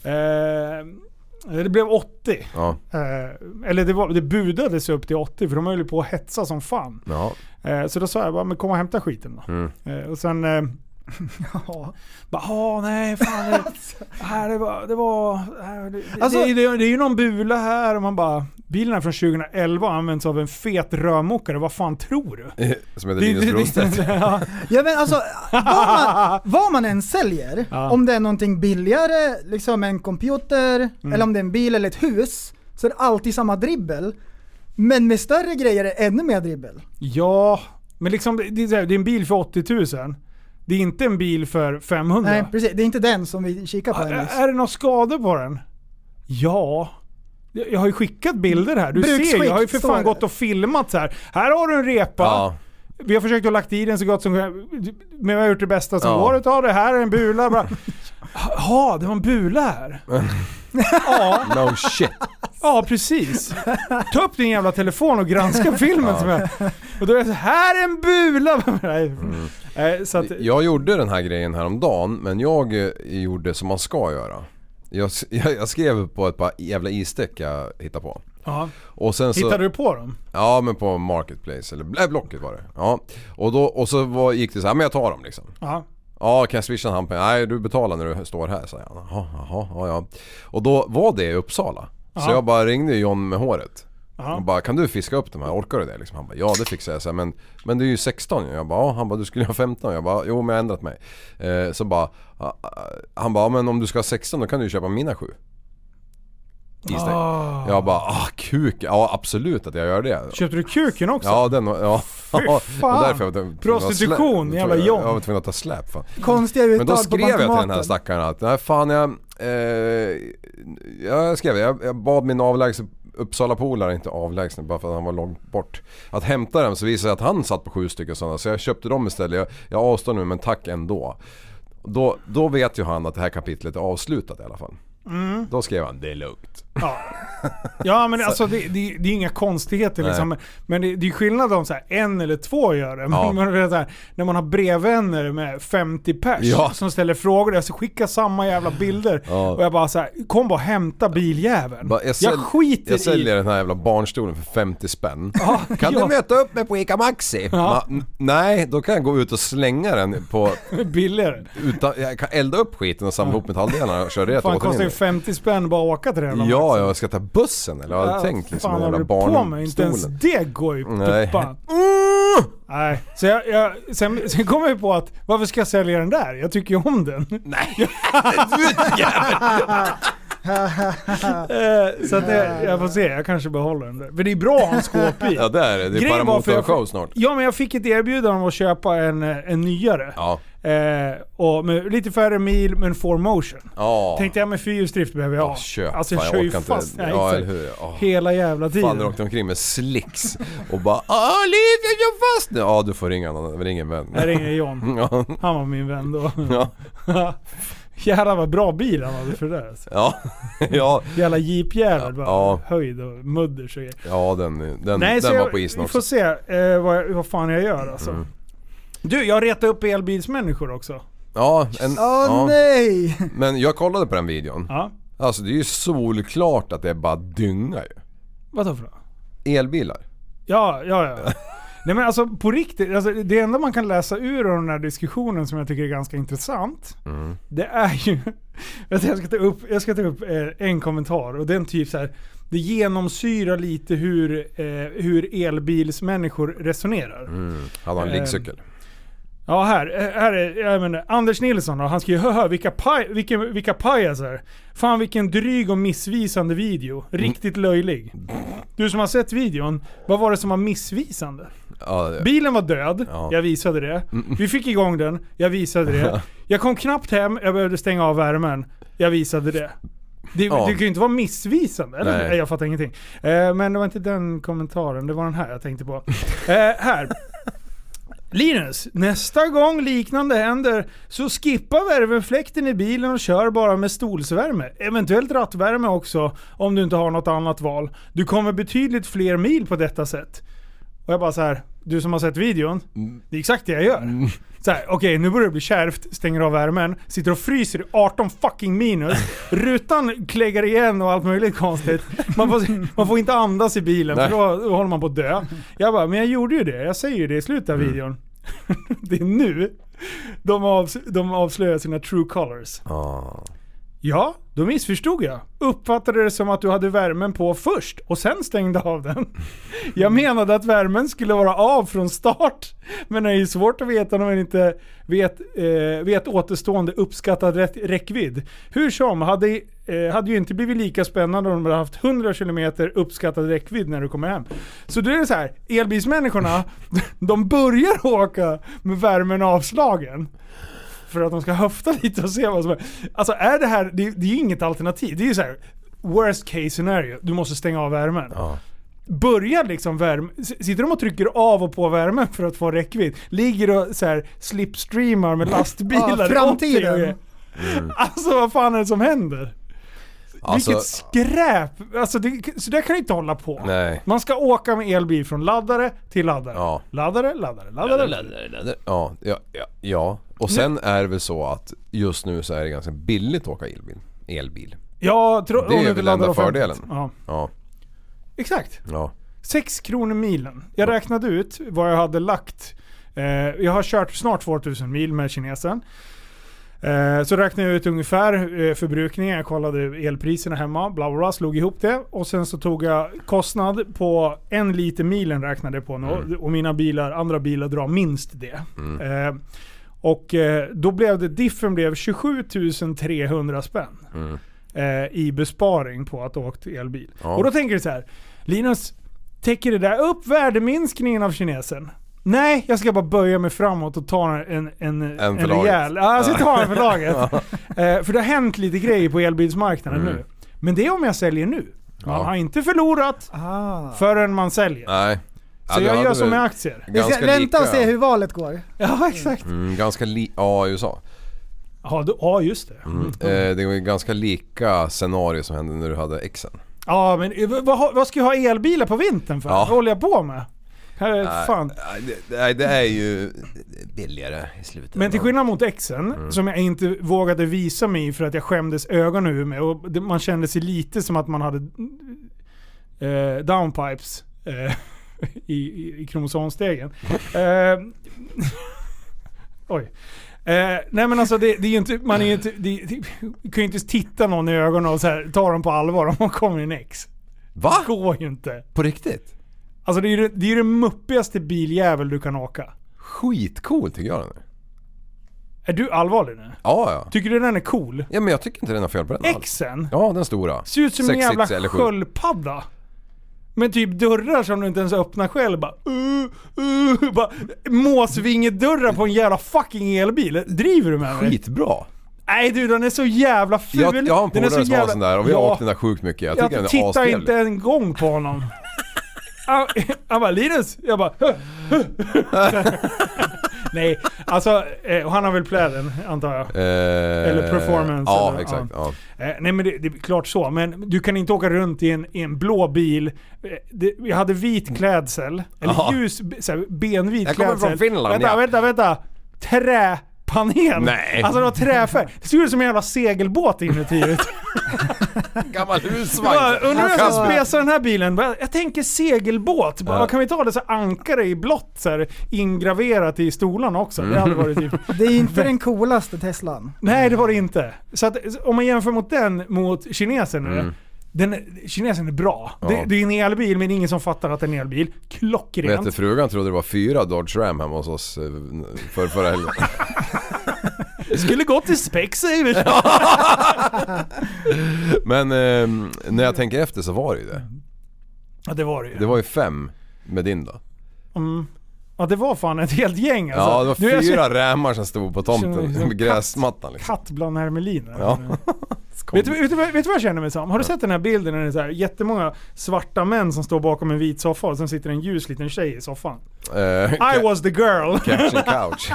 Det blev 80. Ja. Eller det budades upp till 80 för de höll på att hetsa som fan. Ja. Så då sa jag bara, men kom och hämta skiten då. Och sen nej fan det är ju någon bula här och man bara, bilen är från 2011 och används av en fet rörmokare, vad fan tror du? Som heter Linus Brostedt. Ja, men alltså vad man än säljer, om det är någonting billigare, liksom en computer eller om det är en bil eller ett hus, så är det alltid samma dribbel. Men med större grejer är det ännu mer dribbel. Ja, men liksom det är en bil för 80 000. Det är inte en bil för 500. Nej, precis. Det är inte den som vi kikar på. Är det några skador på den? Ja. Jag har ju skickat bilder här. Du ser, jag har ju för fan gått och filmat så här. Här har du en repa. Ja. Vi har försökt att lagt i den så gott som, men vi har gjort det bästa som går utav det. Här är en bula. Bara, det var en bula här. No shit. Ja, precis. Ta upp din jävla telefon och granska filmen som är. Och då är det så här är en bula. Så att, jag gjorde den här grejen häromdagen, men jag gjorde som man ska göra. Jag skrev på ett par jävla isdäck jag hittade på. Ja. Och sen så, hittade du på dem? Ja, men på Marketplace eller Blocket var det. Ja. Och så gick det så här, men jag tar dem liksom. Ja. Ja, kan jag swisha en handpenning? Nej, du betalar när du står här, sa han. Ja. Och då var det i Uppsala. Så jag bara ringde John med håret. Och bara, kan du fiska upp de här? Orkar du det? Liksom. Han bara, ja det fixar jag. Så här, men det är ju 16. Jag bara, han bara, du skulle ha 15. Jag bara, jo men jag har ändrat mig. Så bara, han bara, men om du ska ha 16 då kan du köpa mina 7. Jag bara, kuk. Ja, absolut att jag gör det. Köpte du kuken också? Ja, den. Ja. Därför prostitution, jävla John. Jag var tvungen att ta släp. Fan. Konstiga uttal. Men då skrev jag till den här stackaren att nej fan jag skrev, jag bad min Uppsala polare, inte avlägsna bara för att han var långt bort, att hämta dem, så visade jag att han satt på 7 stycken sådana, så jag köpte dem istället. Jag avstår nu, men tack ändå. Då vet ju han att det här kapitlet är avslutat i alla fall. Då skrev han, det är lugnt. Ja men alltså det är inga konstigheter liksom. Men det är skillnad om så här, 1 eller 2 gör det. Men så här, när man har brevvänner med 50 pers som ställer frågor, jag ska skicka samma jävla bilder. Och jag bara så här, kom bara hämta biljäveln. Jag säljer den här jävla barnstolen för 50 spänn. Kan du möta upp mig på Ica Maxi? Nej, då kan jag gå ut och slänga den på billigare. Jag kan elda upp skiten och samla ihop metalldelarna och köra det. Fan, kostar 50 spänn bara åka till den. Ja, jag ska ta bussen eller vad jag tänkt liksom. Fan, jävla barnstolen. Inte ens det går ju tuppan. Nej. Så sen kom jag på att varför ska jag sälja den där? Jag tycker ju om den. Nej. Så att jag får se, jag kanske behåller den där. För det är bra att ha en skåp i. Ja, det är det. Det är bara motorshow snart. Ja, men jag fick ett erbjudande om att köpa en nyare. Ja. Och med lite färre mil men 4Motion. Tänkte jag med fyrhjulsdrift behöver jag. Alltså jag kör ju fast hela jävla tiden. Fan, du åkte omkring med slicks och bara Liv, jag kör fast nu. Ja, du får ringa någon, ring en vän. Jag ringer John. Han var min vän då. Jävlar vad bra bil han hade för det där alltså. Ja. Jävla jeepjävel bara höjd och mudder så. Ja, den var på isen också. Vi får se vad fan jag gör alltså. Du, jag retar upp elbilsmänniskor också. Nej! Men jag kollade på den videon. Alltså det är ju solklart att det är bara dynga ju. Vad då för elbilar? Ja. Nej men alltså på riktigt, alltså, det enda man kan läsa ur den här diskussionen som jag tycker är ganska intressant, det är ju jag ska ta upp en kommentar och den typ så här, det genomsyrar lite hur elbilsmänniskor resonerar. Hade han liggcykel? Ja, här är jag menar, Anders Nilsson då, han skriver vilka pajaser. Fan vilken dryg och missvisande video. Riktigt löjlig. Du som har sett videon, vad var det som var missvisande? Bilen var död, jag visade det. Vi fick igång den, jag visade det. Jag kom knappt hem, jag behövde stänga av värmen. Jag visade det. Det kan ju inte vara missvisande, eller? Nej, jag fattar ingenting. Men det var inte den kommentaren, det var den här jag tänkte på. Här. Linus, nästa gång liknande händer så skippa värmefläkten i bilen och kör bara med stolsvärme. Eventuellt rattvärme också om du inte har något annat val. Du kommer betydligt fler mil på detta sätt. Och jag bara så här, du som har sett videon, det är exakt det jag gör. Så här, okej, nu börjar det bli kärvt, stänger av värmen, sitter och fryser i 18 fucking minus, rutan kläggar igen och allt möjligt konstigt. Man får inte andas i bilen för då håller man på att dö. Jag bara, men jag gjorde ju det, jag säger ju det i slutet av videon. Det är nu de avslöjar sina true colors. Ja, då missförstod jag. Uppfattade det som att du hade värmen på först och sen stängde av den. Jag menade att värmen skulle vara av från start. Men det är ju svårt att veta när man inte vet återstående uppskattad räckvidd. Hur som, hade ju inte blivit lika spännande om de hade haft 100 km uppskattad räckvidd när du kommer hem. Så då är det så här, elbilsmänniskorna, de börjar åka med värmen avslagen. För att de ska höfta lite och se vad som är. Alltså är det här, det är ju inget alternativ. Det är ju så här, worst case scenario. Du måste stänga av värmen. Börjar liksom värme. Sitter de och trycker av och på värmen för att få räckvidd. Ligger och så här slipstreamar med lastbilar. Framtiden. Alltså vad fan är det som händer? Alltså, vilket skräp. Alltså så där kan du inte hålla på. Nej. Man ska åka med elbil från laddare till laddare. Laddare. Ja. Och sen är det väl så att just nu så är det ganska billigt att åka elbil. Ja, det är väl enda fördelen. Ja. Exakt. Ja. 6 kronor milen. Jag räknade ut vad jag hade lagt. Jag har kört snart 2000 mil med kinesen. Så räknade jag ut ungefär förbrukningen. Jag kollade elpriserna hemma, bla bla bla, slog ihop det. Och sen så tog jag kostnad på 1 liter milen räknade jag på nu. Och andra bilar drar minst det. Och då blev det, diffen blev 27 300 spänn i besparing på att åka elbil. Och då tänker du så här, Linus, täcker det där upp värdeminskningen av kinesen? Nej, jag ska bara böja mig framåt och ta en rejäl... Ja, jag ska ta en för laget. För det har hänt lite grejer på elbilsmarknaden nu. Men det är om jag säljer nu. Man har inte förlorat förrän man säljer. Nej. Så jag gör som med aktier. Vi ska vänta och se hur valet går. Ja, exakt. Ganska USA. Ja, just det. Det var ju ganska lika scenario som hände när du hade Xen. Ja, men vad ska jag ha elbilar på vintern för? Vad håller jag på med? Fan. Det är ju billigare i slutet. Men till skillnad mot Xen, som jag inte vågade visa mig för att jag skämdes ögonen ur med, och man kände sig lite som att man hade downpipes i kromosomstegen. Oj. Nej men alltså det är ju inte, man är ju inte, kan ju inte titta någon i ögonen och så här, ta dem på allvar om man kommer i en X. Va? Det går ju inte. På riktigt? Alltså det är ju det muppigaste biljävel du kan åka. Skitcool tycker jag den är. Är du allvarlig nu? Ja. Tycker du den är cool? Ja men jag tycker inte den har fel på den. Xen? Ja, den stora. Ser ut som en jävla sköldpadda. Men typ dörrar som du inte ens öppnar själv. Bara måsvingedörrar på en jävla fucking elbil. Driver du med mig? Skitbra. Nej du, den är så jävla ful. Jag har en polare som har sån där och vi har åkt den där sjukt mycket. Jag tycker den är astrevlig. Jag tittar inte en gång på honom. Han bara, Linus. Jag bara nej, alltså han har väl pläden antar jag. Eller performance. Ja, eller, exakt. Ja. Nej men det är klart så. Men du kan inte åka runt i en blå bil. Vi hade vit klädsel. Eller ljus, såhär, benvit klädsel. Jag kommer från Finland. Vänta. Träpanel. Nej. Alltså det var träfärg. Det såg ut som en jävla segelbåt inuti. Gammal husvagn. Undrar hur jag ska spesa den här bilen. Jag tänker segelbåt. Bara, kan vi ta det så ankare i blått så här, ingraverat i stolarna också? Det hade varit typ. Det är inte den coolaste Teslan. Nej, det var det inte. Så att, om man jämför mot den mot kinesen nu. Kinesen är bra. Ja. Det är en elbil men ingen som fattar att det är en elbil. Klockrent. Vet du, frugan trodde det var 4 Dodge Ram hemma hos oss förra helgen. Skulle gå till Specsavers. Men när jag tänker efter så var det ju det. Ja, det var det ju. Det var ju 5 med din då. Ja, det var fan ett helt gäng alltså. Ja, det var 4 rämmar som stod på tomten med gräsmattan liksom. Katt bland hermeliner. Ja. Vet du vad jag känner mig som? Har du sett den här bilden när det är så här jättemånga svarta män som står bakom en vit soffa och sen sitter en ljus liten tjej i soffan? I was the girl. Catching couch.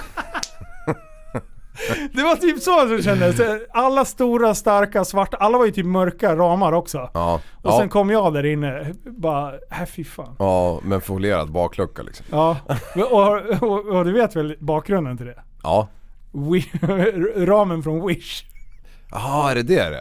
Det var typ så som det kändes. Alla stora, starka, svarta, alla var ju typ mörka ramar också. Ja. Och sen kom jag där inne, bara, fy fan. Ja, men folierad baklucka liksom. Ja, och du vet väl bakgrunden till det? Ja. Ramen från Wish. Jaha, är det det?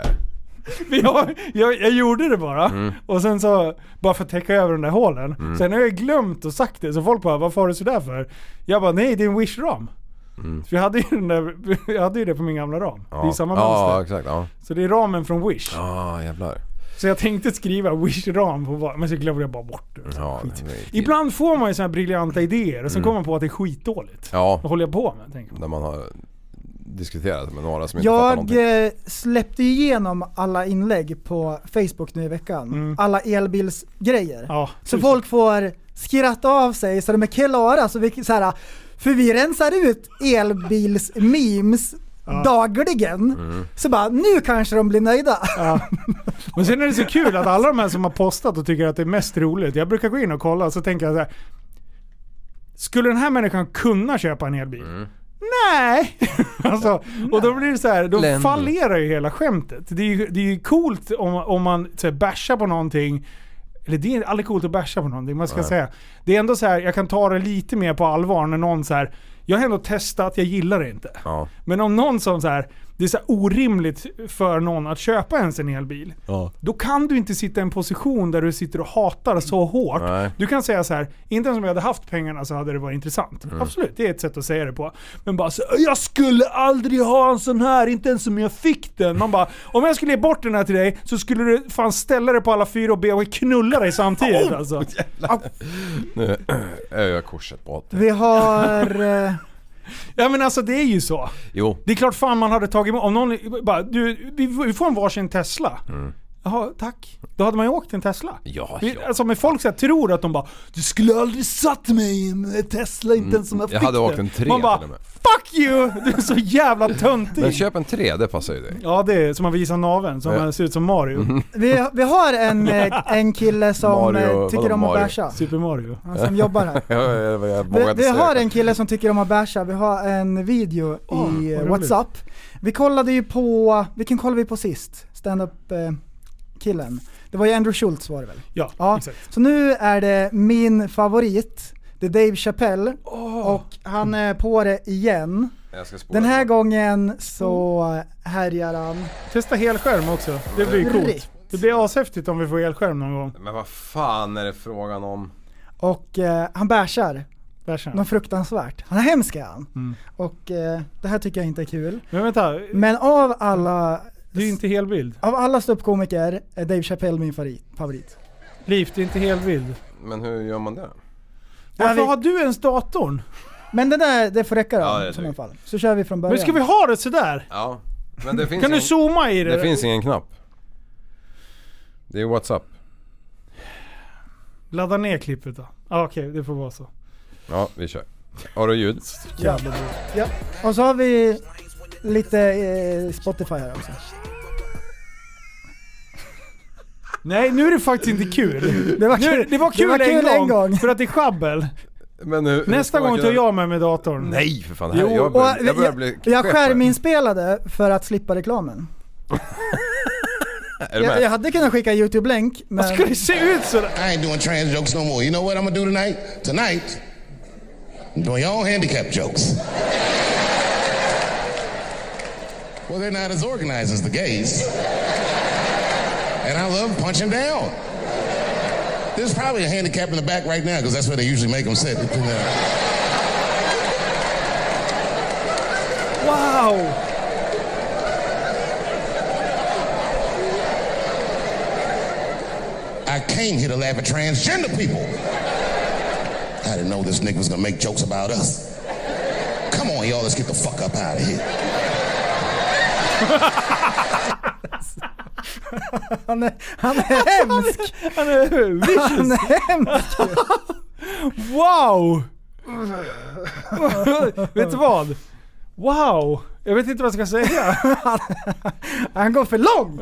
Jag gjorde det bara. Och sen så, bara för att täcka över den där hålen. Sen har jag glömt och sagt det. Så folk bara, vad får du så där för? Jag bara, nej det är en Wish-ram. För jag hade ju det på min gamla ram. Ja. Det är samma mönster. Ja, exakt. Ja. Så det är ramen från Wish. Ja, jävlar. Så jag tänkte skriva Wish-ram på men så glömde jag bara bort det. Ja, ibland får man ju såna här briljanta idéer och sen kommer man på att det är skitdåligt. Ja. Vad håller jag på med? Tänker man. När man har diskuterat med några som inte fattar någonting. Jag släppte igenom alla inlägg på Facebook nu i veckan. Alla elbilsgrejer. Ja, så folk får skratta av sig så de är klara. Så vi, så här, för vi rensar ut elbilsmemes dagligen. Så bara, nu kanske de blir nöjda. Ja. Men sen är det så kul att alla de här som har postat och tycker att det är mest roligt. Jag brukar gå in och kolla och så tänker jag så här. Skulle den här människan kunna köpa en elbil? Nej! Alltså, och då blir det så här, då fallerar ju hela skämtet. Det är ju coolt om man så här, bashar på någonting. Eller det är aldrig coolt att basha på någonting, man ska säga. Det är ändå så här, jag kan ta det lite mer på allvar när någon så här, jag har ändå testat, jag gillar det inte. Ja. Men om någon som så här, det är så här orimligt för någon att köpa ens en elbil. Ja. Då kan du inte sitta i en position där du sitter och hatar så hårt. Nej. Du kan säga så här, inte ens om jag hade haft pengarna så hade det varit intressant. Absolut, det är ett sätt att säga det på. Men bara så, jag skulle aldrig ha en sån här, inte ens om jag fick den. Man bara, om jag skulle ge bort den här till dig så skulle du fan ställa dig på alla 4 och be och knulla dig samtidigt alltså. Nu är jag korset på det. Vi har... Ja men alltså det är ju så. Jo. Det är klart fan man hade tagit om någon bara, vi får en varsin Tesla. Jaha, tack. Då hade man ju åkt en Tesla. Ja. Alltså med folk så här, tror att de bara du skulle aldrig satt mig i en Tesla, inte ens som jag fick. Jag hade åkt en 3 Man bara, till och med. fuck you! Du är så jävla töntig. Men köp en 3, det passar ju dig. Ja, det är som man visar naveln, som man ser ut som Mario. Vi har en kille som Mario, tycker om att Mario? bärsa. Super Mario. Han som jobbar här. Vi har en kille som tycker om att bärsa. Vi har en video i WhatsApp. Vi kollade ju på, vilken kollade vi på sist? Stand-up killen. Det var ju Andrew Schultz var det väl? Ja, exakt. Så nu är det min favorit. Det är Dave Chappelle. Och han är på det igen. Den här gången så härjar han. Testa helskärm också. Det blir coolt. Det blir ashäftigt om vi får helskärm någon gång. Men vad fan är det frågan om? Och han bärsar. Något fruktansvärt. Han är hemsk är han. Och det här tycker jag inte är kul. Men vänta. Men av alla... Det är ju inte helbild. Av alla ståuppkomiker är Dave Chappelle min favorit. Liv, det är inte helbild. Men hur gör man det? Varför har du ens datorn? Men det får räcka då, Ja, i sådana fall. Så kör vi från början. Men ska vi ha det sådär? Ja. Men det finns kan du zooma i det? Det finns ingen knapp. Det är WhatsApp. Ladda ner klippet då. Okej, det får vara så. Ja, vi kör. Har du ljud? Jävla bra. Ja. Och så har vi lite Spotify här också. Nej, nu är det faktiskt inte kul. Det var kul, det var kul en gång. För att det är schabbel. Men nästa gång tar jag med datorn. Nej, för fan. Jo, jag börjar bli jag skärminspelade för att slippa reklamen. Jag hade kunnat skicka YouTube-länk, men... Vad ska det se ut så där? I ain't doing trans jokes no more. You know what I'm gonna do tonight? Tonight, I'm doing your own handicap jokes. Well, they're not as organized as the gays. And I love punching down. There's probably a handicap in the back right now because that's where they usually make them sit. Wow! I came here to laugh at transgender people. I didn't know this nigga was gonna make jokes about us. Come on, y'all, let's get the fuck up out of here. Han är hemsk. Han är vicious. Han är hemsk. Wow! Vet du vad? Wow! Jag vet inte vad jag ska säga. Han går för långt.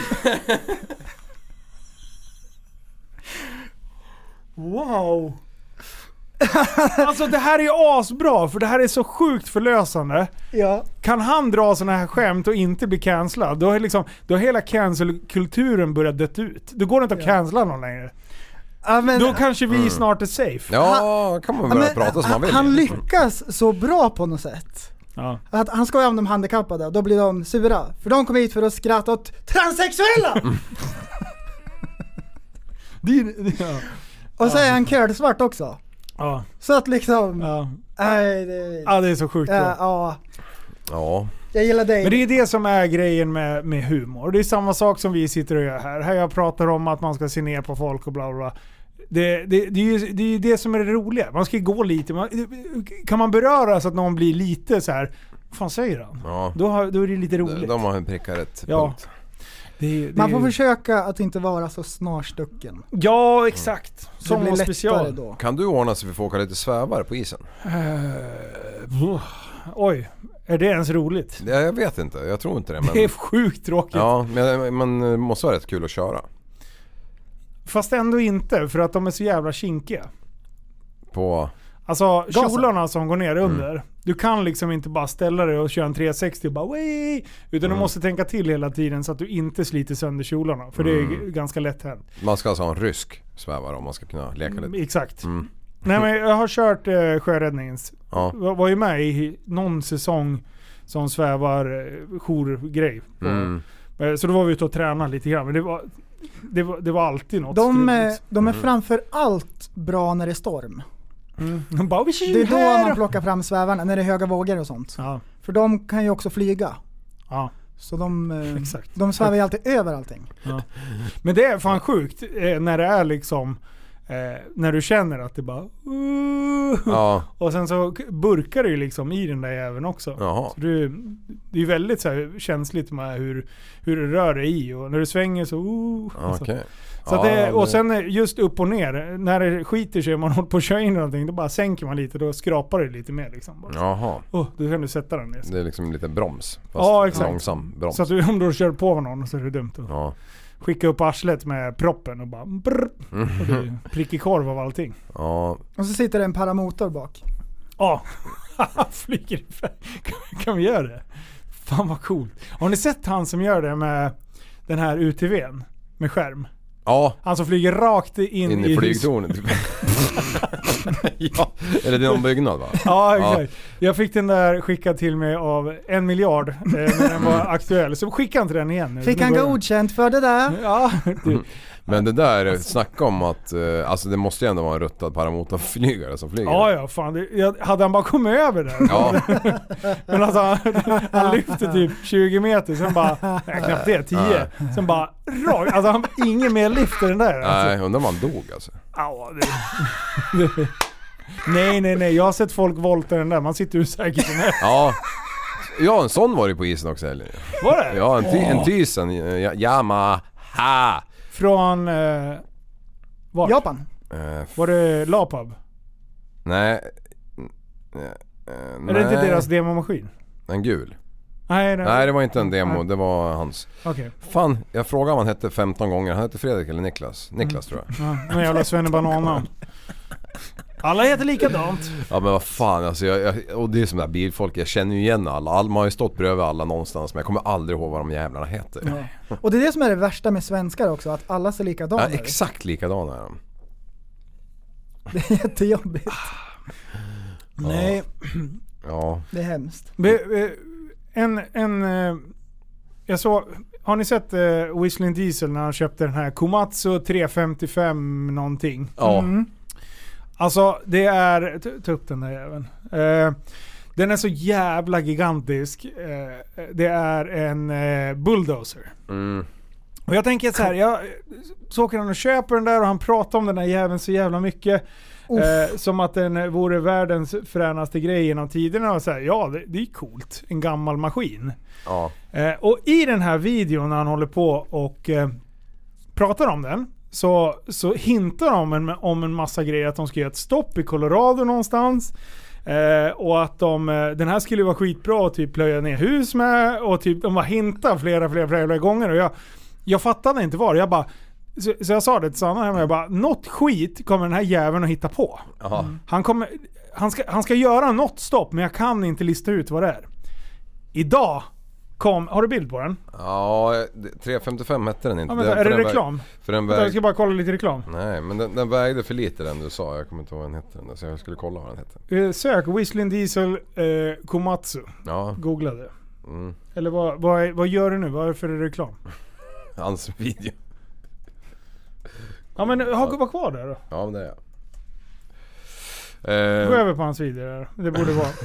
Wow! Alltså det här är ju asbra, för det här är så sjukt förlösande. Ja. Kan han dra såna här skämt och inte bli cancellad, då har hela cancelkulturen börjat dött ut. Då går det inte att cancella någon längre. Ja, men, då kanske vi snart är safe. Ja, kan man börja prata som man vill. Han lyckas så bra på något sätt. Ja. Att han skojar om de handikappade, och då blir de sura. För de kommer hit för att skratta åt transsexuella! Ja. Och så är han körsvart också. Ja. Så att liksom... Ja. Nej, Det är så sjukt bra. Ja. Jag gillar dig. Men det är det som är grejen med humor. Det är samma sak som vi sitter och gör här. Här jag pratar om att man ska se ner på folk och bla bla. Det är ju det som är det roliga. Man ska gå lite. Kan man beröra så att någon blir lite så här, vad fan säger han? Ja. Då är det lite roligt. De har en prickar rätt punkt. Man får försöka att inte vara så snarstucken. Ja, exakt. Som blir special. Då. Kan du ordna så vi får åka lite svävare på isen? Oj, är det ens roligt? Ja, jag vet inte, jag tror inte det. Men... Det är sjukt tråkigt. Ja, men man måste vara rätt kul att köra. Fast ändå inte, för att de är så jävla kinkiga. På... Alltså kjolarna som går ner under. Du kan liksom inte bara ställa dig och köra en 360 och bara wii, utan du måste tänka till hela tiden så att du inte sliter sönder kjolarna. För det är ganska lätt hänt. Man ska alltså ha en rysk svävare om man ska kunna leka lite. Exakt. Nej, men jag har kört Sjöräddningens. Ja. Var ju med i någon säsong som svävar jourgrej. Så då var vi ute och tränade lite grann. Men det var alltid något. De är framför allt bra när det är storm. Det är då man plockar fram svävarna, när det är höga vågor och sånt. Ja. För de kan ju också flyga. Ja. Så de svävar ju alltid över allting. Ja. Men det är fan sjukt när det är liksom när du känner att det bara och sen så burkar det ju liksom i den där jäveln också. Jaha. Så det är ju väldigt så här känsligt med hur du rör dig i och när du svänger så Okej. Så att och sen just upp och ner när det skiter sig, man håller på att köra in någonting, då bara sänker man lite, då skrapar det lite mer liksom bara. Jaha. Då kan du sätta den ner. Det är liksom lite broms, fast exakt. långsam broms. Så att om du kör på någon så är det dumt att skicka upp arslet med proppen och bara brrr, och det är prickig korv av allting. Ja. Och så sitter det en paramotor bak. Ja. Flyger iväg. Kan vi göra det? Fan vad coolt. Har ni sett han som gör det med den här UTV:n med skärm? Ja. Han som flyger rakt in i flygtornet. Ja, eller det är någon byggnad va? Ja, exakt. Jag fick den där skickad till mig av 1 miljard när den var aktuell. Så skickade han till den igen. Fick han godkänt för det där? Ja. Men det där, snacka om att alltså det måste ju ändå vara en ruttad paramotorflygare som flyger. Ja, fan. Hade han bara kommit över där. Ja. Men alltså han lyfte typ 20 meter, sen bara, knappt det, 10. Sen bara, rakt. Alltså han ingen mer lyft i den där. Nej, undrar om han dog alltså. Ja, Nej. Jag har sett folk volta den där. Man sitter ju säkert med. Ja, en sån var det på isen också. Eller? Var det? Ja, en Thyssen. Yamaha. Från vart? Japan. Var det Lapab? Nej. Är det inte deras demomaskin? En gul. Nej, det var inte en demo, det var hans. Okay. Fan, jag frågade om han hette 15 gånger. Han hette Fredrik eller Niklas. Niklas tror jag. Ja, men jävla svennebanan. Alla heter likadant. Ja men vad fan alltså, och det är som där bilfolk, jag känner ju igen alla. Man har ju stått bredvid alla någonstans, men jag kommer aldrig ihåg vad de jävlarna heter. Ja. Och det är det som är det värsta med svenskar också, att alla ser likadana. Ja, exakt likadana är de. Det är jättejobbigt. Nej. Ja. Det är hemskt. Jag såg, har ni sett Whistling Diesel när han köpte den här Komatsu 355 någonting? Ja. Alltså det är, ta upp den där jäveln. Den är så jävla gigantisk. Det är en bulldozer. Och jag tänker så här, så åker han och köper den där och han pratar om den där jäveln så jävla mycket. Som att den vore världens fränaste grej genom tiderna och så här, ja det är coolt, en gammal maskin. Ja. Och i den här videon när han håller på och pratar om den så hintar de om en massa grejer, att de ska göra ett stopp i Colorado någonstans. Och att den här skulle vara skitbra att typ plöja ner hus med, och typ de var hintar flera gånger, och jag fattade inte vad. Jag bara, så jag sa det till Sanna hemma, jag bara, något skit kommer den här jäveln att hitta på. Han ska göra något stopp, men jag kan inte lista ut vad det är. Idag har du bild på den? Ja, 355 hette den inte. Ja, vänta, är det reklam? Jag ska bara kolla lite reklam. Nej, men den vägde för lite den du sa. Jag kommer inte ihåg vad den hette den där, så jag skulle kolla vad den hette. Sök Whistling Diesel Komatsu. Ja. Googla det. Eller vad gör du nu? Varför är det reklam? Hans video. Ja, men var kvar där då. Ja, men det är jag. Gå över på hans video där. Det borde vara.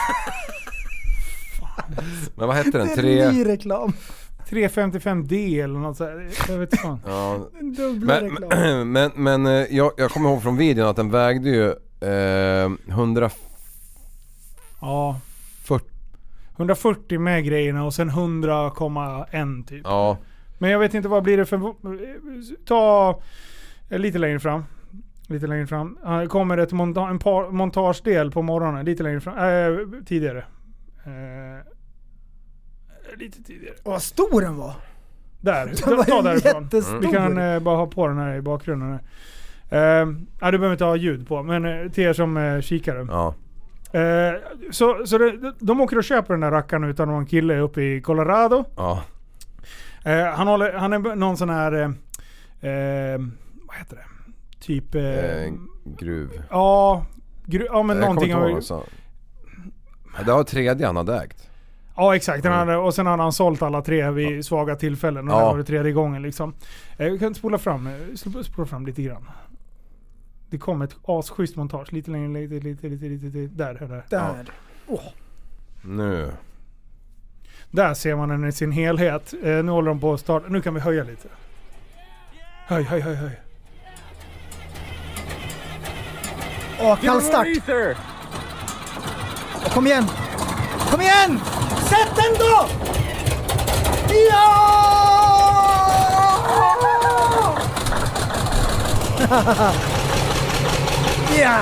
Men vad hette den? Det är ny reklam. 355D eller något sådär. Jag vet fan. Ja. Dubbla reklam. Men jag kommer ihåg från videon att den vägde ju 140 med grejerna och sen 100,1 typ. Ja. Men jag vet inte vad blir det för... Ta lite längre fram. Kommer ett en montagedel på morgonen. Lite längre fram. Tidigare. Lite tidigare. Vad stor den var. Där. Ta därifrån. Jättestor. Vi kan bara ha på den här i bakgrunden. Du behöver inte ha ljud på. Men till er som kikare. Ja. Så de åker och köper den där rackaren utan någon kille uppe i Colorado. Ja. Han är någon sån här vad heter det? Typ gruv. Ja, men någonting. Det var tredje han hade ägt. Ja, exakt. Och sen hade han sålt alla tre vid svaga tillfällen. Och det var det tredje gången liksom. Jag kan spola fram lite grann. Det kom ett asschysst montage. Lite längre, lite. Där. Ja. Nu. Där ser man den i sin helhet. Nu håller de på att starta. Nu kan vi höja lite. Höj. Kallstart. Kom igen! Kom igen! Sätt den då! Ja! Ja!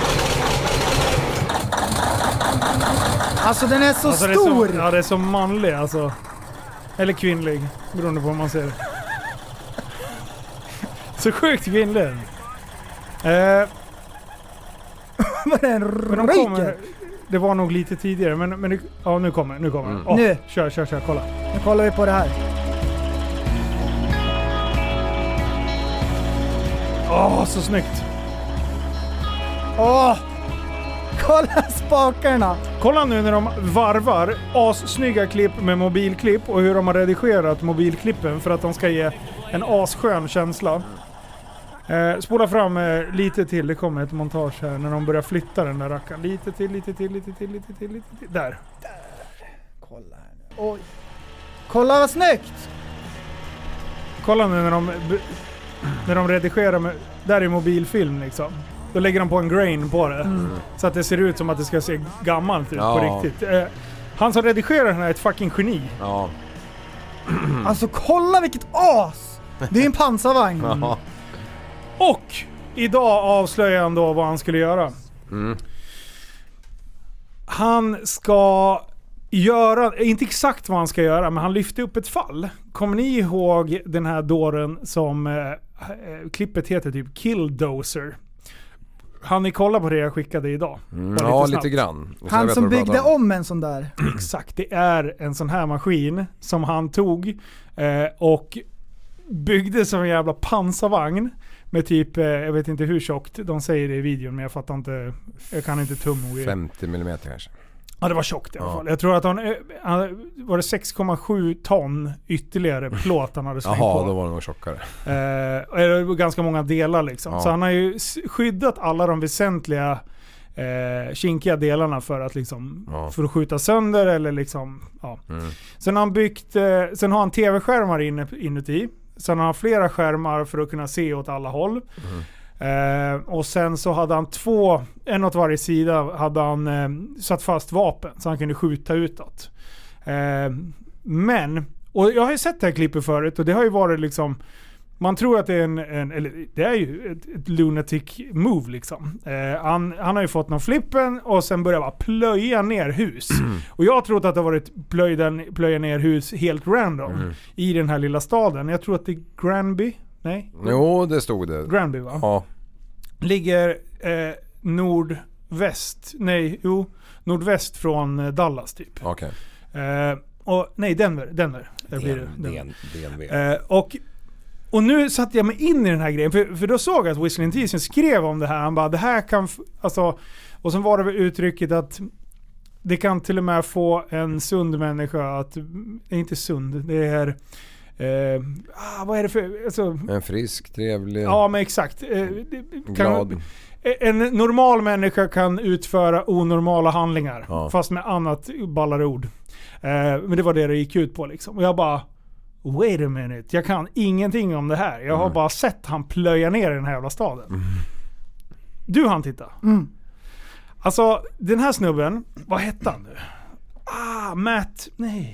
Alltså den är så stor! Det är så manlig alltså. Eller kvinnlig, beroende på vad man ser. Så sjukt kvinnlig. Vad är en ryker? Det var nog lite tidigare, men ja, nu kommer. Nu. Kör, kolla. Nu kollar vi på det här. Så snyggt. Kolla spakarna. Kolla nu när de varvar assnygga klipp med mobilklipp och hur de har redigerat mobilklippen för att de ska ge en asskön känsla. Spola fram lite till, det kommer ett montage här när de börjar flytta den där rackaren. Lite till. Där. Kolla här nu. Oj. Kolla vad snyggt. Kolla nu när de redigerar med, där är mobilfilm liksom. Då lägger de på en grain på det. Så att det ser ut som att det ska se gammalt ut på riktigt. Han som redigerar den här är ett fucking geni. Ja. Alltså kolla vilket as. Det är en pansarvagn. Och idag avslöjar han då vad han skulle göra. Han ska göra, inte exakt vad han ska göra, men han lyfte upp ett fall. Kommer ni ihåg den här dåren som klippet heter typ Killdozer? Han ni kolla på det jag skickade idag? Ja, lite grann. Han som byggde om en sån där. Exakt, det är en sån här maskin som han tog och byggde som en jävla pansarvagn med typ, jag vet inte hur tjockt de säger det i videon, men jag fattar inte, jag kan inte tumma. 50 mm kanske. Ja, det var tjockt i alla fall. Jag tror att han var det 6,7 ton ytterligare plåt han hade slängt på. Jaha, då var det nog tjockare. Det var ganska många delar liksom. Så han har ju skyddat alla de väsentliga kinkiga delarna för att liksom för att skjuta sönder eller liksom Sen har han tv-skärmar inuti. Sen har han flera skärmar för att kunna se åt alla håll. Och sen så hade han en åt varje sida hade han satt fast vapen så han kunde skjuta utåt. Och jag har ju sett det här klippet förut och det har ju varit liksom, man tror att det är eller det är ju ett lunatic move liksom. Han har ju fått någon flippen och sen börjar bara plöja ner hus. Och jag tror att det har varit plöja ner hus helt random i den här lilla staden. Jag tror att det är Granby. Nej? Jo, det stod det. Granby, va? Ja. Ligger nordväst från Dallas typ. Okej. Och nej, Denver. Där blir det. DNV. Och nu satte jag mig in i den här grejen för då såg jag att Whistling Teasen skrev om det här. Han bara, det här kan alltså, och sen var det väl uttrycket att det kan till och med få en sund människa att, inte sund, det är vad är det för alltså, en frisk, trevlig. Ja, men exakt. Glad. En normal människa kan utföra onormala handlingar fast med annat ballare ord. Men det var det gick ut på liksom. Och jag bara, wait a minute, jag kan ingenting om det här. Jag har bara sett han plöja ner i den här jävla staden. Du han titta. Alltså den här snubben, vad hette han nu? Matt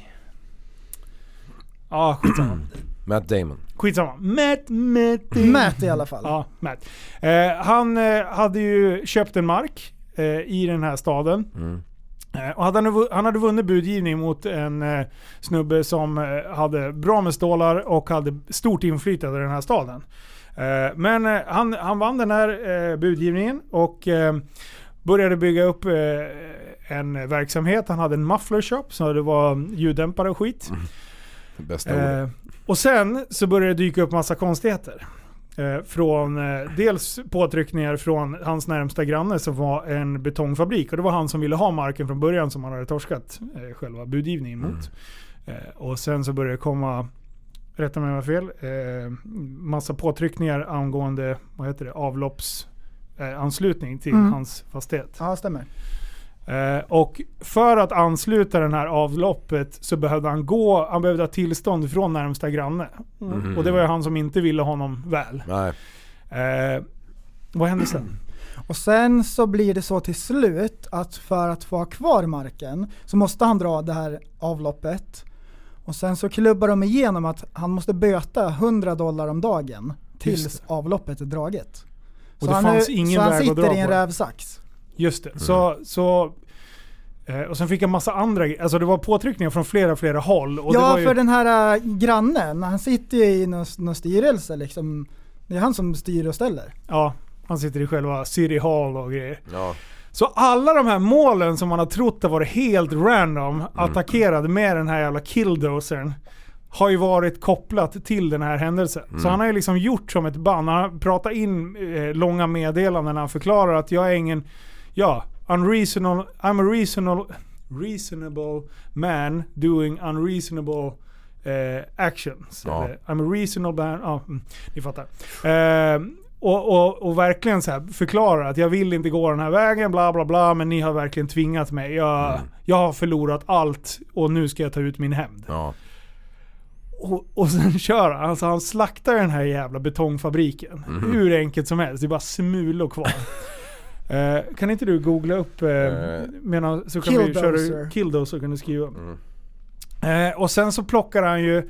skitsamma. Matt Damon. Skitsamma. Matt i alla fall. Ja, Matt. Han hade ju köpt en mark i den här staden. Och han hade vunnit budgivning mot en snubbe som hade bra med stålar och hade stort inflytande i den här staden. Men han vann den här budgivningen och började bygga upp en verksamhet. Han hade en muffler shop så det var ljuddämpare och skit. Bästa ordet. Och sen så började det dyka upp massa konstigheter. Från dels påtryckningar från hans närmsta granne som var en betongfabrik. Och det var han som ville ha marken från början som han hade torskat själva budgivningen mot. Och sen så började det komma, rätta mig om jag har fel, massa påtryckningar angående avloppsanslutning till hans fastighet. Ja, stämmer. Och för att ansluta den här avloppet så behövde han behövde ha tillstånd från närmsta granne. Och det var ju han som inte ville honom väl. Nej. Vad hände sen? Och sen så blir det så till slut att för att få ha kvar marken så måste han dra det här avloppet. Och sen så klubbar de igenom att han måste böta $100 om dagen tills avloppet är draget. Och så det fanns ingen väg att dra på. Så han sitter i en rävsax. Just det. Och sen fick jag massa andra, alltså det var påtryckningar från flera håll. Och ja, det var ju... för den här grannen, han sitter ju i någon styrelse liksom. Det är han som styr och ställer. Ja, han sitter i själva City Hall och grejer. Ja. Så alla de här målen som man har trott har varit helt random attackerade med den här jävla killdosern har ju varit kopplat till den här händelsen. Så han har ju liksom gjort som ett band. Han har pratat in långa meddelanden när han förklarar att jag är ingen... Ja, I'm a reasonable man doing unreasonable actions. Ja. I'm a reasonable man... Ja, ni fattar. Och verkligen så här förklarar att jag vill inte gå den här vägen, bla bla bla, men ni har verkligen tvingat mig. Jag har förlorat allt och nu ska jag ta ut min hämnd. Ja. Och sen kör han, alltså han slaktar den här jävla betongfabriken. Hur enkelt som helst, det är bara smulor kvar. Kan inte du googla upp medan så kan vi köra Killdozer, kan du skriva. Och sen så plockar han ju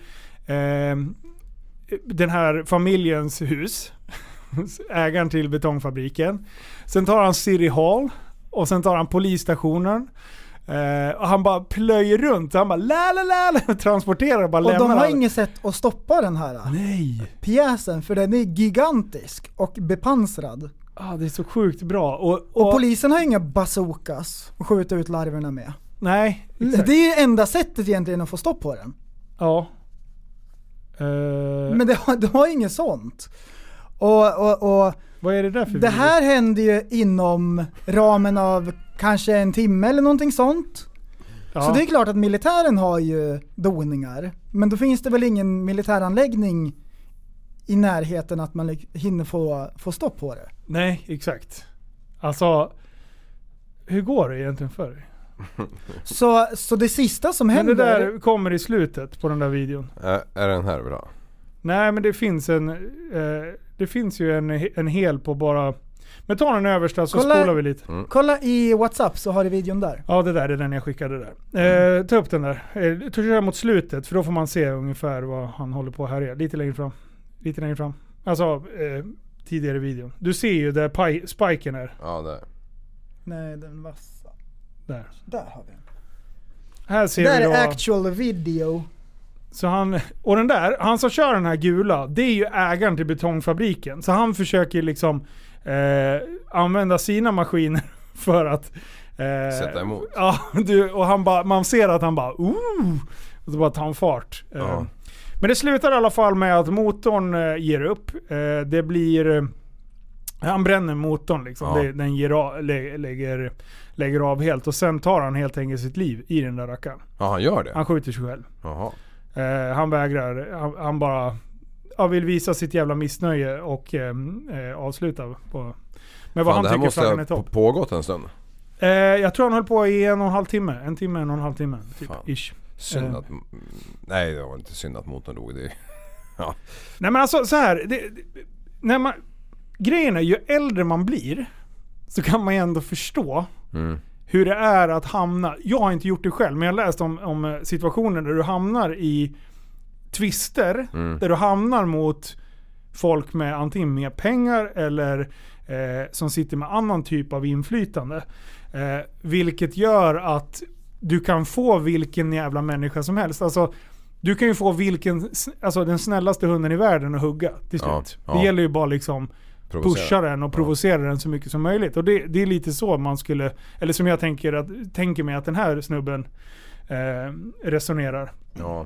den här familjens hus, ägaren till betongfabriken. Sen tar han City Hall och sen tar han polisstationen. Och han bara plöjer runt. Han bara la transporterar och bara lämnar. Och de har inget sätt att stoppa den här pjäsen, för den är gigantisk och bepansrad. Det är så sjukt bra. Och polisen har inga bazookas att skjuta ut larverna med. Nej, exakt. Det är ju enda sättet egentligen att få stopp på den. Ja. Men det har inget sånt. Och vad är det där för det här händer ju inom ramen av kanske en timme eller någonting sånt. Ja. Så det är klart att militären har ju doningar. Men då finns det väl ingen militäranläggning i närheten att man hinner få stopp på det. Nej, exakt. Alltså, hur går det egentligen för dig? Så det sista som händer... Men det där kommer i slutet på den där videon. Är den här bra? Nej, men det finns det finns ju en hel på bara... Men ta den översta så spolar vi lite. Kolla i WhatsApp så har du videon där. Ja, det där är den jag skickade där. Ta upp den där. Ta köra mot slutet, för då får man se ungefär vad han håller på här. Lite längre fram. Alltså, tidigare videon. Du ser ju där spiken är. Ja, där. Nej, den vassa. Där har vi den. Här ser där vi då... är actual video. Så han som kör den här gula, det är ju ägaren till betongfabriken. Så han försöker liksom använda sina maskiner för att sätta emot. Ja, och man ser att han bara och så bara tar han fart. Ja. Men det slutar i alla fall med att motorn ger upp. Det blir han bränner motorn liksom. Ja. Den lägger av helt och sen tar han helt enkelt sitt liv i den där rackaren. Ja, han gör det. Han skjuter sig själv. Jaha. Han vägrar. Han bara vill visa sitt jävla missnöje och avsluta på med vad han tycker flaggan är topp. Det här måste ha pågått en stund. Jag tror han höll på i 1,5 timme. 1 timme, 1,5 timme typ. Ish. Synd att... Nej, det var inte synd att motorn dog. Det... Ja. Nej, men alltså så här. Grejen är, ju äldre man blir så kan man ju ändå förstå hur det är att hamna. Jag har inte gjort det själv, men jag har läst om situationer där du hamnar i twister, där du hamnar mot folk med antingen mer pengar eller som sitter med annan typ av inflytande. Vilket gör att du kan få vilken jävla människa som helst. Alltså, du kan ju få den snällaste hunden i världen att hugga till slut. Ja. Det gäller ju bara liksom pusha den och provocera den så mycket som möjligt. Och det är lite så man skulle, eller som jag tänker mig att den här snubben resonerar. Ja.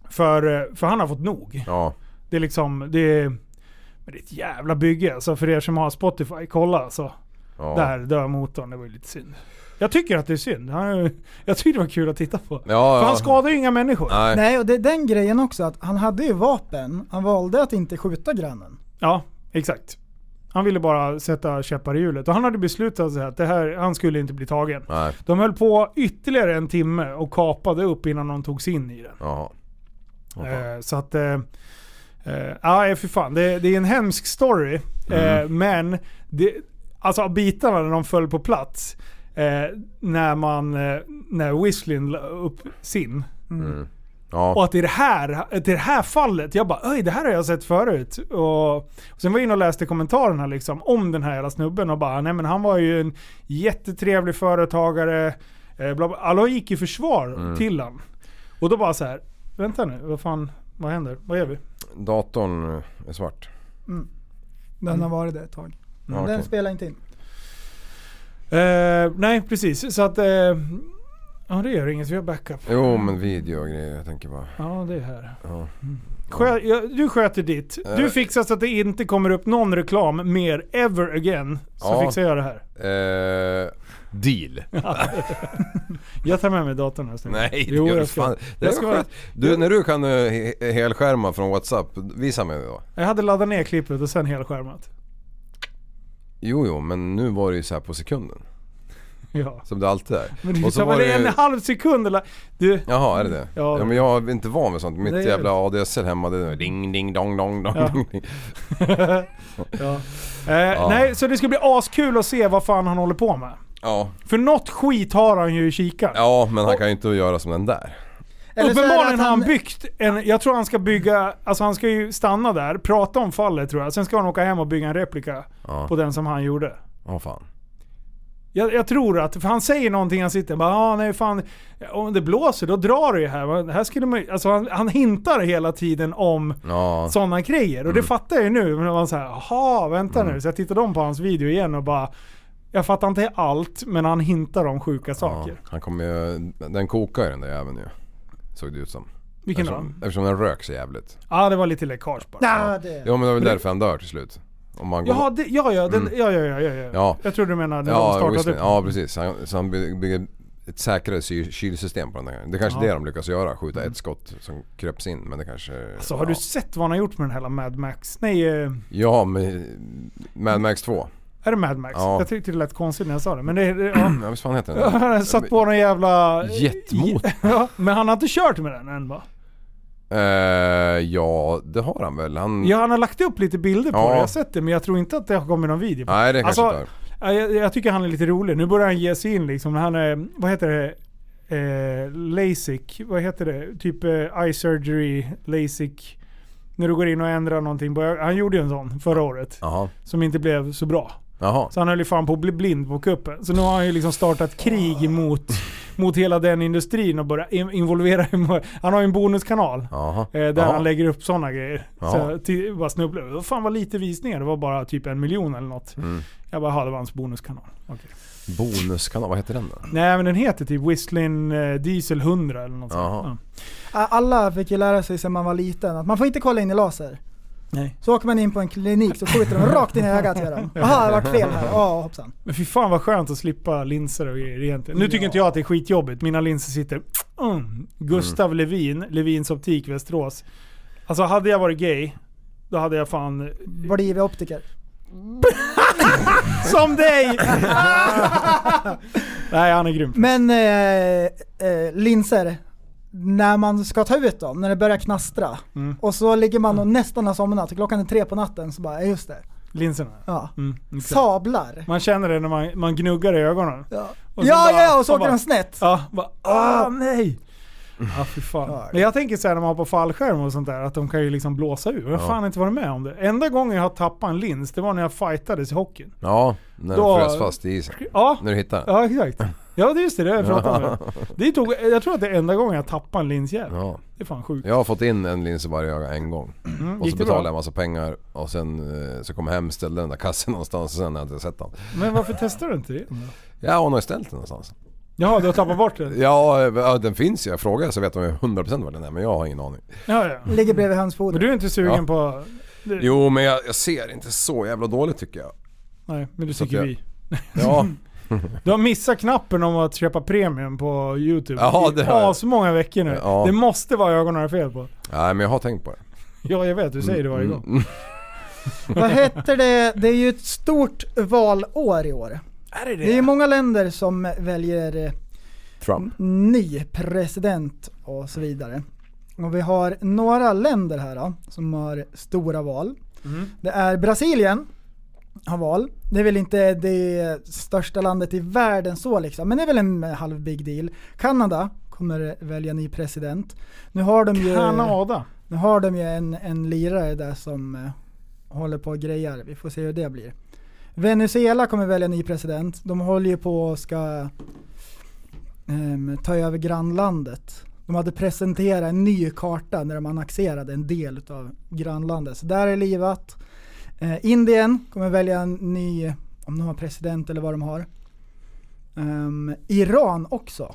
För han har fått nog. Ja. Det är liksom, det är ett jävla bygge. Så för er som har Spotify, kolla så. Ja. Där dör motorn, det var ju lite synd. Jag tycker att det är synd. Jag tycker det var kul att titta på. För han skadar ju inga människor. Nej, och det är den grejen också, att han hade ju vapen. Han valde att inte skjuta grannen. Ja, exakt. Han ville bara sätta käppar i hjulet. Och han hade beslutat sig att han skulle inte bli tagen. Nej. De höll på ytterligare 1 timme och kapade upp innan de tog sig in i den. Jaha. Så att... för fan. Det är en hemsk story. Men alltså bitarna när de föll på plats när Whistling la upp sin. Ja. Och att i det här fallet, jag bara, det här har jag sett förut. Och sen var jag inne och läste kommentarerna liksom om den här jävla snubben och bara, nej men han var ju en jättetrevlig företagare. Alla gick i försvar till han. Och då bara så här, vänta nu, vad händer? Vad gör vi? Datorn är svart. Den har varit det ett tag. Ja, den okej. spelar inte in. Nej, precis. Så att ja, det gör inget, vi har backup. Jo, men video och grejer, jag tänker bara. Ja, det är här. Ja. Du sköter ditt. Du fixar så att det inte kommer upp någon reklam mer ever again. Så fixar jag det här. Deal. Jag tar med mig datorn här. Nej, jo, det jag ska. fan. Det Jag är ska skönt. När du kan helskärma från WhatsApp, visa mig det då. Jag hade laddat ner klippet och sen helskärmat. Jo, men nu var det ju så här på sekunden. Ja. Som det alltid är. Men du och så var det en halv sekund eller? Du. Jaha, är det det? Ja, men jag är inte van med sånt. Mitt det jävla ADSL hemma, det är ding ding dong dong dong. Ja. Nej, så det ska bli askul att se vad fan han håller på med. Ja. För något skit har han ju i kikaren. Ja, men han kan ju inte göra som den där. Uppenbarligen har han byggt jag tror han ska bygga, alltså han ska ju stanna där, prata om fallet tror jag. Sen ska han åka hem och bygga en replika på den som han gjorde. Ja, fan. Jag tror att, för han säger någonting, han sitter bara, nej fan, om det blåser då drar det ju här skulle man, alltså han hintar hela tiden om sådana grejer. Och det fattar jag ju nu, men man säger, jaha, vänta nu. Så jag tittade om på hans video igen och bara, jag fattar inte allt, men han hintar om sjuka saker. Han kommer ju, den kokar ju den där jäveln ju. Såg det ut som. Vilken då? Eftersom den rök så jävligt. Ja, det var lite läckage bara. Ja, det. Ja, men det var väl därför han dör till slut. Om man går... Ja. Jag tror du menar när de startat upp. Ja, precis. Så han bygger ett säkrare kylsystem på den där. Det är kanske det de lyckas göra. Skjuta ett skott som kröps in. Men det kanske... Så har du sett vad han har gjort med den här Mad Max? Nej. Ja, med Mad Max 2. Är det Mad Max? Ja. Jag tyckte det lät konstigt när jag sa det. Men det ja, visst fan heter den? Han har satt på någon jävla... Jetmotor. Ja, men han har inte kört med den än va? Ja, det har han väl. Ja, han har lagt upp lite bilder på det. Jag har sett det, men jag tror inte att det har kommit någon video på. Nej, det kanske inte jag tycker han är lite rolig. Nu börjar han ge sig in liksom. Han är, vad heter det? LASIK. Vad heter det? Typ eye surgery, LASIK. När du går in och ändrar någonting. Han gjorde ju en sån förra året. Aha. Som inte blev så bra. Aha. Så han höll ju fan på att bli blind på kuppen. Så nu har han ju liksom startat krig mot hela den industrin och börjat involvera. Han har ju en bonuskanal där han lägger upp sådana grejer. Så bara snubblade. Det fan var lite visningar. Det var bara typ 1 miljon eller något. Jag bara, det var hans bonuskanal. Okay. Bonuskanal, vad heter den då? Nej, men den heter typ Whistling Diesel 100 eller något sånt. Ja. Alla fick ju lära sig sedan man var liten att man får inte kolla in i laser. Nej. Så åker man in på en klinik så skjuter de rakt in i ögat till dem. Jaha, det har varit fel här. Hoppsan. Men fy fan vad skönt att slippa linser och grejer egentligen. Nu tycker inte jag att det är skitjobbigt. Mina linser sitter... Gustav Levin, Levins optik Västerås. Alltså hade jag varit gay, då hade jag fan... Blivit optiker. Som dig! Nej, han är grym. Men linser... När man ska ta ut dem, när det börjar knastra och så ligger man och nästan har somnat och klockan är 3 på natten så bara, just det. Linserna? Ja. Sablar. Man känner det när man gnuggar i ögonen. Ja, och så åker de snett. Ja, nej. Ja, fy fan. Men jag tänker så här när man har på fallskärm och sånt där, att de kan ju liksom blåsa ur. Jag har fan inte varit med om det. Enda gången jag har tappat en lins, det var när jag fightades i hockeyn. Ja, när de frös fast i isen. Ja. När du hittade. Ja, exakt. Ja, det är just det jag pratade om. Jag tror att det är enda gången jag tappade en linsjävel. Ja. Det är fan sjukt. Jag har fått in en lins varje öga en gång. Och så betalade jag en massa pengar och sen så kom jag hem och ställde den där kassen någonstans och sen hade jag sett den. Men varför testar du inte det? Ja, hon har ställt den någonstans. Ja, du har tappat bort den? Ja, den finns ju. Jag frågar så vet de 100% vad den är, men jag har ingen aning. Ja. Ligger bredvid hönsfoder. Men du är inte sugen på... Jo, men jag ser inte så jävla dåligt tycker jag. Nej, men du tycker vi. Ja. Du har missat knappen om att köpa premium på YouTube. Ja, det har så många veckor nu. Ja. Det måste vara ögonen fel på. Nej, men jag har tänkt på det. Ja, jag vet. Du säger det varje gång. Vad heter det? Det är ju ett stort valår i år. Är det? Det är många länder som väljer Trump, ny president och så vidare. Och vi har några länder här då, som har stora val. Det är Brasilien, ha val. Det är väl inte det största landet i världen så liksom, men det är väl en halv big deal. Kanada kommer välja ny president. Nu har de ju en lirare där som håller på och grejer. Vi får se hur det blir. Venezuela kommer välja ny president. De håller ju på och ska ta över grannlandet. De hade presenterat en ny karta när de annexerade en del av grannlandet. Så där är livat. Indien kommer välja en ny, om de har president eller vad de har. Iran också.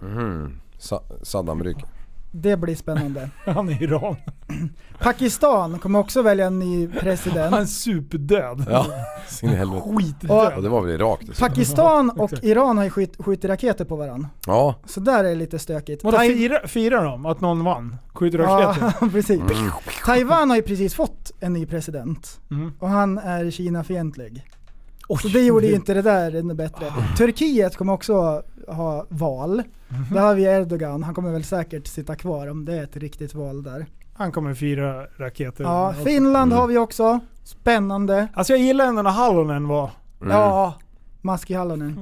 Saddam-ryck. Det blir spännande. Han är Iran. Pakistan kommer också välja en ny president. Han är superdöd. Ja, sin helvete. Skitdöd. Och det var väl Irak. Pakistan och Iran har ju skjutit raketer på varandra. Ja. Så där är det lite stökigt. Firar de att någon vann? Skjuter raketer? Ja, precis. Taiwan har ju precis fått en ny president. Och han är Kina-fientlig. Så det gjorde ju inte det där ännu bättre. Turkiet kommer också ha val. Där har vi Erdogan. Han kommer väl säkert sitta kvar om det är ett riktigt val där. Han kommer fira raketer. Ja, Finland har vi också. Spännande. Alltså jag gillar ändå när Hallonen var. Ja, Maski Hallonen.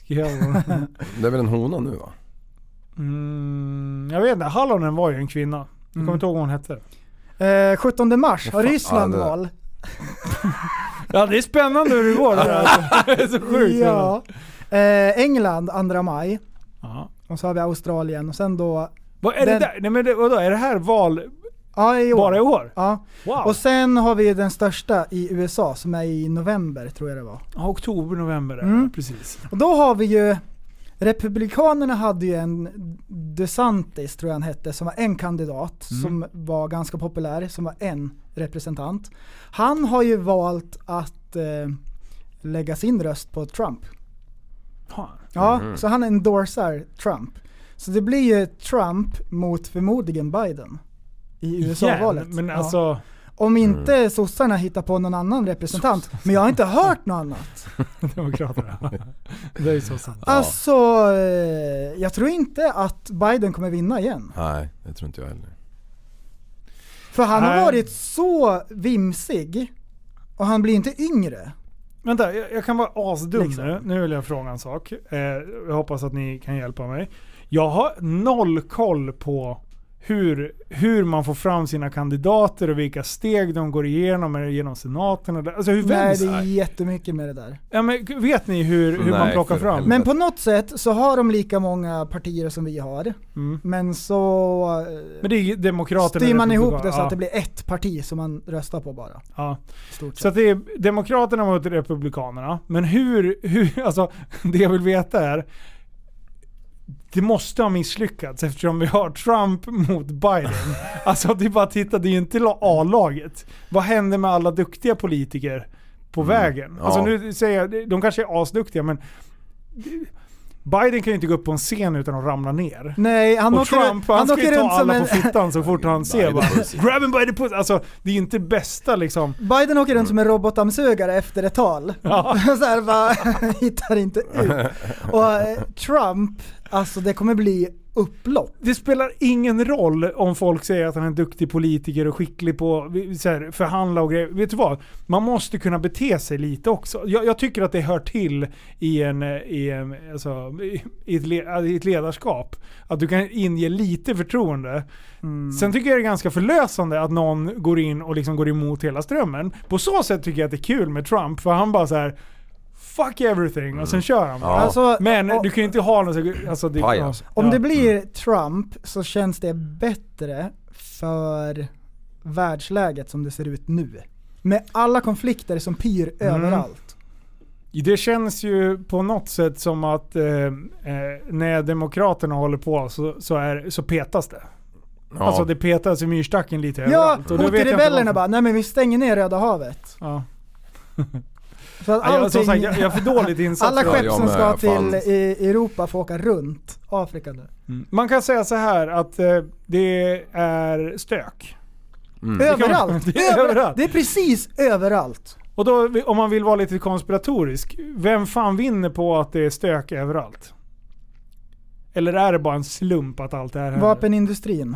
Det är väl en hona nu va? Jag vet inte. Hallonen var ju en kvinna. Jag kommer inte ihåg vad hon hette. 17 mars har Ryssland val. Ja, det är spännande hur det går. Det är så sjukt. Ja. England 2 maj. Ja. Och så har vi Australien. Och sen då... Vad är det där? Nej, men vadå? Är det här val bara i år? Ja. Wow. Och sen har vi den största i USA som är i november, tror jag det var. Ja, oktober, november. Precis. Och då har vi ju... Republikanerna hade ju en DeSantis, tror jag han hette, som var en kandidat som var ganska populär, som var en representant. Han har ju valt att lägga sin röst på Trump. Ja, så han endorsar Trump. Så det blir ju Trump mot förmodligen Biden i USA-valet. Men alltså... Om inte sossarna hittar på någon annan representant. Men jag har inte hört något annat. Demokraterna. Det är så sant. Alltså, jag tror inte att Biden kommer vinna igen. Nej, det tror inte jag heller. För han har varit så vimsig. Och han blir inte yngre. Vänta, jag kan vara asdum liksom. Nu vill jag fråga en sak. Jag hoppas att ni kan hjälpa mig. Jag har noll koll på hur man får fram sina kandidater och vilka steg de går igenom eller genom senaten. Alltså hur Nej, det är jättemycket med det där. Ja, men vet ni hur man plockar fram? Men på något sätt så har de lika många partier som vi har. Men så men det är demokraterna styr man ihop det så att det blir ett parti som man röstar på bara. Ja. Så att det är demokraterna mot republikanerna. Men hur alltså det jag vill veta är det måste ha misslyckats eftersom vi har Trump mot Biden. Alltså det är bara titta, det är ju inte A-laget. Vad händer med alla duktiga politiker på vägen? Alltså nu säger jag, de kanske är asduktiga men Biden kan ju inte gå upp på en scen utan att ramla ner. Nej, han ska ju ta alla på fittan så fort han ser bara, grab him by the pussy. Alltså det är inte bästa liksom. Biden åker runt som en robotdammsugare efter ett tal. Ja. Så här bara hittar inte ut. Och Trump, alltså det kommer bli upplopp. Det spelar ingen roll om folk säger att han är en duktig politiker och skicklig på så här, förhandla och grejer. Vet du vad? Man måste kunna bete sig lite också. Jag tycker att det hör till i ett ledarskap. Att du kan inge lite förtroende. Sen tycker jag det är ganska förlösande att någon går in och liksom går emot hela strömmen. På så sätt tycker jag att det är kul med Trump. För han bara så här fuck everything och sen kör han. Ja. Alltså, men du kan ju inte ha någon alltså, om det blir Trump så känns det bättre för världsläget som det ser ut nu. Med alla konflikter som pyr överallt. Det känns ju på något sätt som att när demokraterna håller på så petas det. Ja. Alltså det petas i myrstacken lite överallt. Ja, och rebellerna bara, nej men vi stänger ner Röda havet. Ja. Så att allting, jag är för dåligt insatt. Alla skepp som ska till Europa får åka runt Afrika nu. Man kan säga så här att det är stök. Överallt. Överallt. Det är precis överallt. Och då, om man vill vara lite konspiratorisk, vem fan vinner på att det är stök överallt? Eller är det bara en slump att allt det här händer? Vapenindustrin.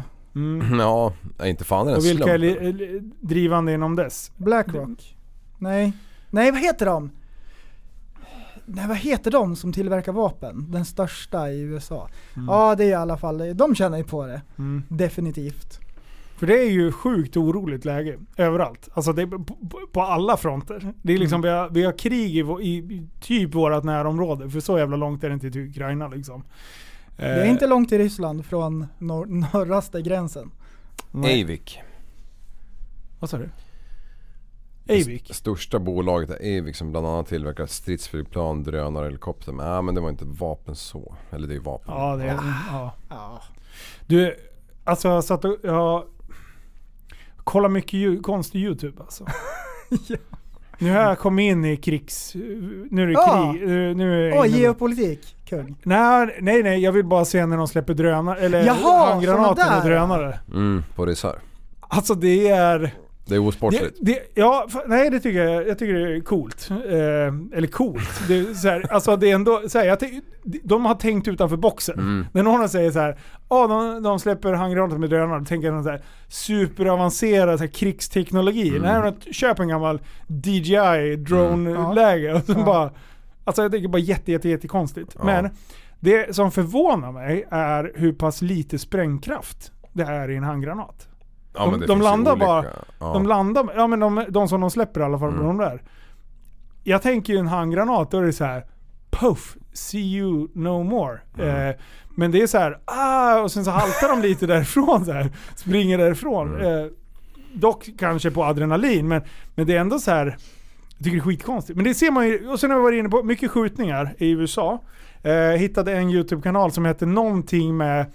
Ja, inte fan är det en slump. Och vilka är drivande inom dess? BlackRock. Nej, Nej, vad heter de? Nej, vad heter de som tillverkar vapen? Den största i USA. Ja, det är i alla fall, de känner ju på det. Definitivt. För det är ju sjukt oroligt läge överallt. Alltså det är på alla fronter. Det är liksom, vi har krig i typ vårat närområde. För så jävla långt är det inte till Ukraina liksom. Det är inte långt till Ryssland från norraste gränsen. Eivik. Vad sa du? Eivik? Största bolaget är Eivik som bland annat tillverkar stridsflygplan, drönare, helikopter. Men det var inte vapen så. Eller det är ju vapen. Ja, det är ja. Du, alltså så att jag kollar mycket konstig YouTube alltså. Ja. Nu har jag kommit in i krigs... Nu är det krig. Nu är geopolitik, kung. Nej, jag vill bara se när de släpper drönare. Eller handgranater med drönare. På ryssar. Alltså det är... Det är osportligt. Nej, det tycker jag tycker det är coolt. Eller coolt. Det är så här, alltså det är ändå så här, de har tänkt utanför boxen. När någon säger så här, de släpper handgranater med drönare, då tänker jag så här superavancerad så här, krigsteknologi. Nej, köp en gammal DJI drone-läge och så bara, alltså jag tycker bara jätte konstigt. Men det som förvånar mig är hur pass lite sprängkraft det är i en handgranat. Ja, de landar bara. De landar, ja men de som de släpper i alla fall de där. Jag tänker ju en handgranat, då är det så här puff, see you no more. Men det är så här och sen så haltar de lite därifrån så här, springer därifrån. Dock kanske på adrenalin, men det är ändå så här, jag tycker det är skitkonstigt. Men det ser man ju, och sen har vi varit inne på mycket skjutningar i USA. Hittade en YouTube-kanal som heter någonting med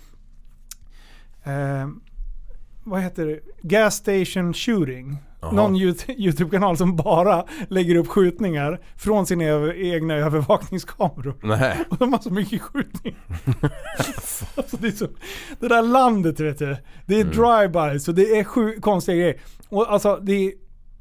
vad heter det? Gas station shooting. Aha. Någon YouTube-kanal som bara lägger upp skjutningar från sina egna övervakningskameror. Nej. Och de har så mycket skjutningar. Alltså det är så, det där landet vet du. Det är drive-by, så det är konstiga grejer. Och alltså det är,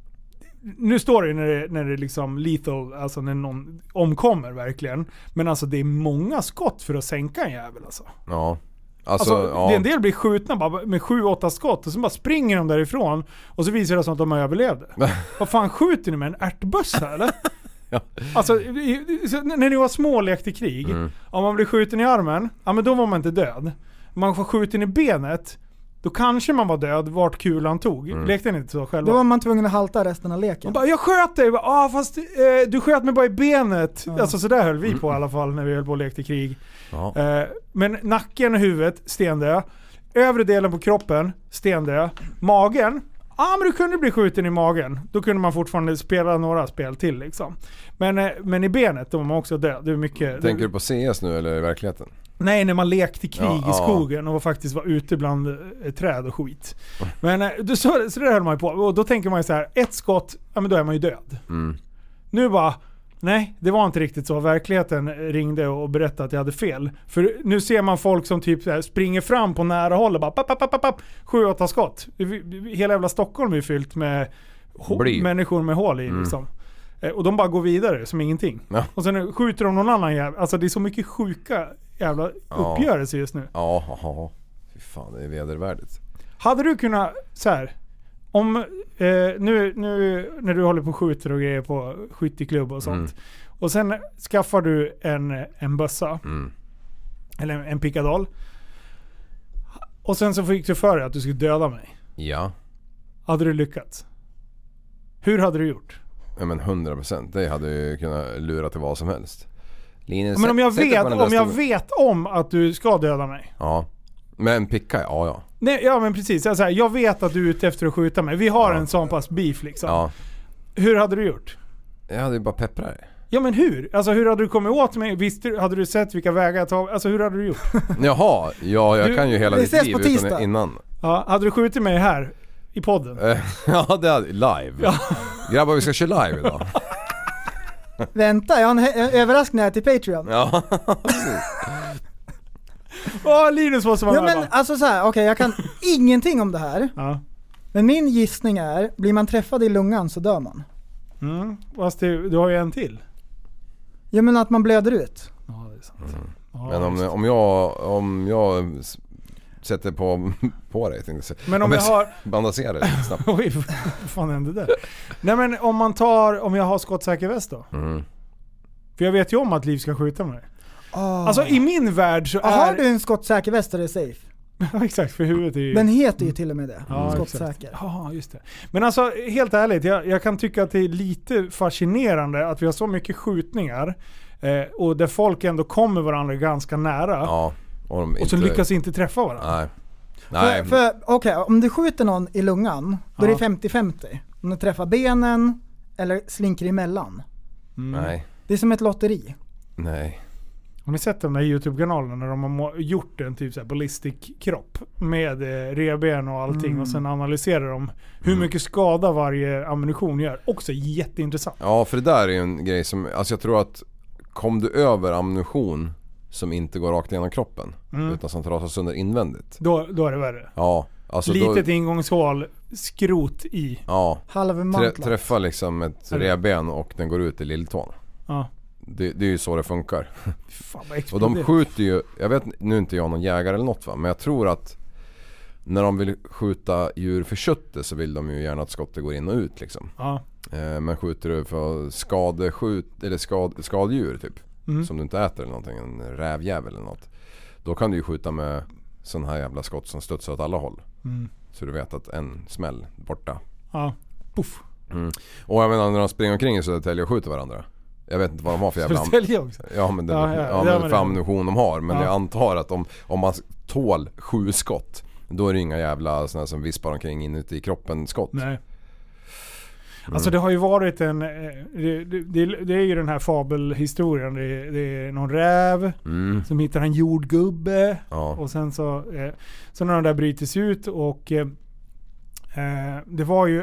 nu står det när det liksom lethal, alltså när någon omkommer verkligen. Men alltså det är många skott för att sänka en jävel alltså. Ja. Alltså, en del blir skjutna bara med 7-8 skott och så bara springer de därifrån och så visar det sig att de överlevde. Vad fan skjuter ni med en ärtbössa eller? Ja. Alltså när ni var små lekte krig, om man blir skjuten i armen, ja men då var man inte död. Om man får skjuten i benet, då kanske man var död vart kulan tog. Lekte ni inte så själva? Då var man tvungen att halta resten av leken. Bara, jag sköt dig. Fast du sköt mig bara i benet. Alltså så där höll vi på i alla fall när vi höll på och lekte krig. Ja. Men nacken och huvudet, stendö. Övre delen på kroppen, stendö. Magen, men du kunde bli skjuten i magen. Då kunde man fortfarande spela några spel till liksom. Men i benet, då var man också död. Det är mycket. Tänker du på CS nu eller i verkligheten? Nej, när man lekte krig i skogen och faktiskt var ute bland träd och skit. Men så det höll man ju på. Och då tänker man ju så här, ett skott, ja men då är man ju död. Nu bara, nej, det var inte riktigt så. Verkligheten ringde och berättade att jag hade fel. För nu ser man folk som typ så här, springer fram på nära håll och bara 7-8 skott. Hela jävla Stockholm är fyllt med människor med hål i liksom. Och de bara går vidare som ingenting. Ja. Och sen skjuter de någon annan jävla. Alltså det är så mycket sjuka jävla uppgörelser just nu. Ja. Fy fan, det är vedervärdigt. Hade du kunnat så här, om nu när du håller på och skjuter och grejer på skytteklubb och sånt. Och sen skaffar du en bössa. Eller en pickadoll. Och sen så fick du för dig att du skulle döda mig. Ja. Hade du lyckats? Hur hade du gjort? Ja men 100%. Det hade ju kunnat lura till vad som helst. Linus, men om jag vet om att du ska döda mig. Ja. Men picka, ja. Nej, ja men precis. Alltså, jag vet att du är ute efter att skjuta mig. Vi har en sån pass beef liksom. Ja. Hur hade du gjort? Jag hade ju bara pepprat dig. Ja men hur? Alltså hur hade du kommit åt mig? Hade du sett vilka vägar jag tar? Alltså hur hade du gjort? Jaha, jag kan ju hela ditt liv utan innan. Ja, hade du skjutit mig här i podden? Ja, det hade live. Ja. Grabbar, vi ska köra live idag. Vänta, jag har en överraskning här till Patreon. Ja. Linus måste vara men alltså så här, okej, jag kan ingenting om det här. Ja. Men min gissning är, blir man träffad i lungan så dör man. Fast du har ju en till. Ja men att man blöder ut. Ja, det är sant. Men om jag sätter på dig, tänkte jag säga. Men om jag har... Bandasera det lite snabbt. Oj, vad fan hände där? Nej, men om jag har skottsäker väst då? För jag vet ju om att Liv ska skjuta mig. Alltså i min värld så Har du en skottsäker väst är det safe? Ja, exakt, för huvudet är ju... Den heter ju till och med det. Ja, skottsäker. Ja, just det. Men alltså, helt ärligt, jag kan tycka att det är lite fascinerande att vi har så mycket skjutningar och där folk ändå kommer varandra ganska nära. Ja, och så lyckas inte träffa varandra. Nej. Okej, om du skjuter någon i lungan, då är det 50-50. Om du träffar benen eller slinker emellan. Nej. Det är som ett lotteri. Nej. Har ni sett de där YouTube-kanalerna när de har gjort en typ så här ballistic kropp med revben och allting och sen analyserar de hur mycket skada varje ammunition gör. Också jätteintressant. Ja, för det där är ju en grej som, alltså jag tror att kom du över ammunition som inte går rakt igenom kroppen utan som trasar sönder invändigt. Då är det värre. Ja. Alltså litet ingångshål, skrot i. Ja. Halvmantlat. Träffa liksom ett revben och den går ut i lilltån. Ja. Det är ju så det funkar. Fan, och de skjuter ju, jag vet nu inte jag någon jägare eller något va, men jag tror att när de vill skjuta djur för köttet så vill de ju gärna att skottet går in och ut liksom. Ja. Men skjuter du för skadedjur typ som du inte äter eller någonting, en rävjävel eller något, då kan du ju skjuta med sån här jävla skott som studsar åt alla håll. Så du vet att en smäll borta. Ja, puff. Och jag menar när de springer omkring i Södertälje och skjuter varandra. Jag vet inte vad de har för jävla också. Ja, men det är för ammunition de har. Men jag antar att om man tål 7 skott, då är det inga jävla såna som vispar omkring inuti i kroppen skott. Nej. Alltså det har ju varit det är ju den här fabelhistorien. Det är någon räv som hittar en jordgubbe och sen så när de där bryts ut och det var ju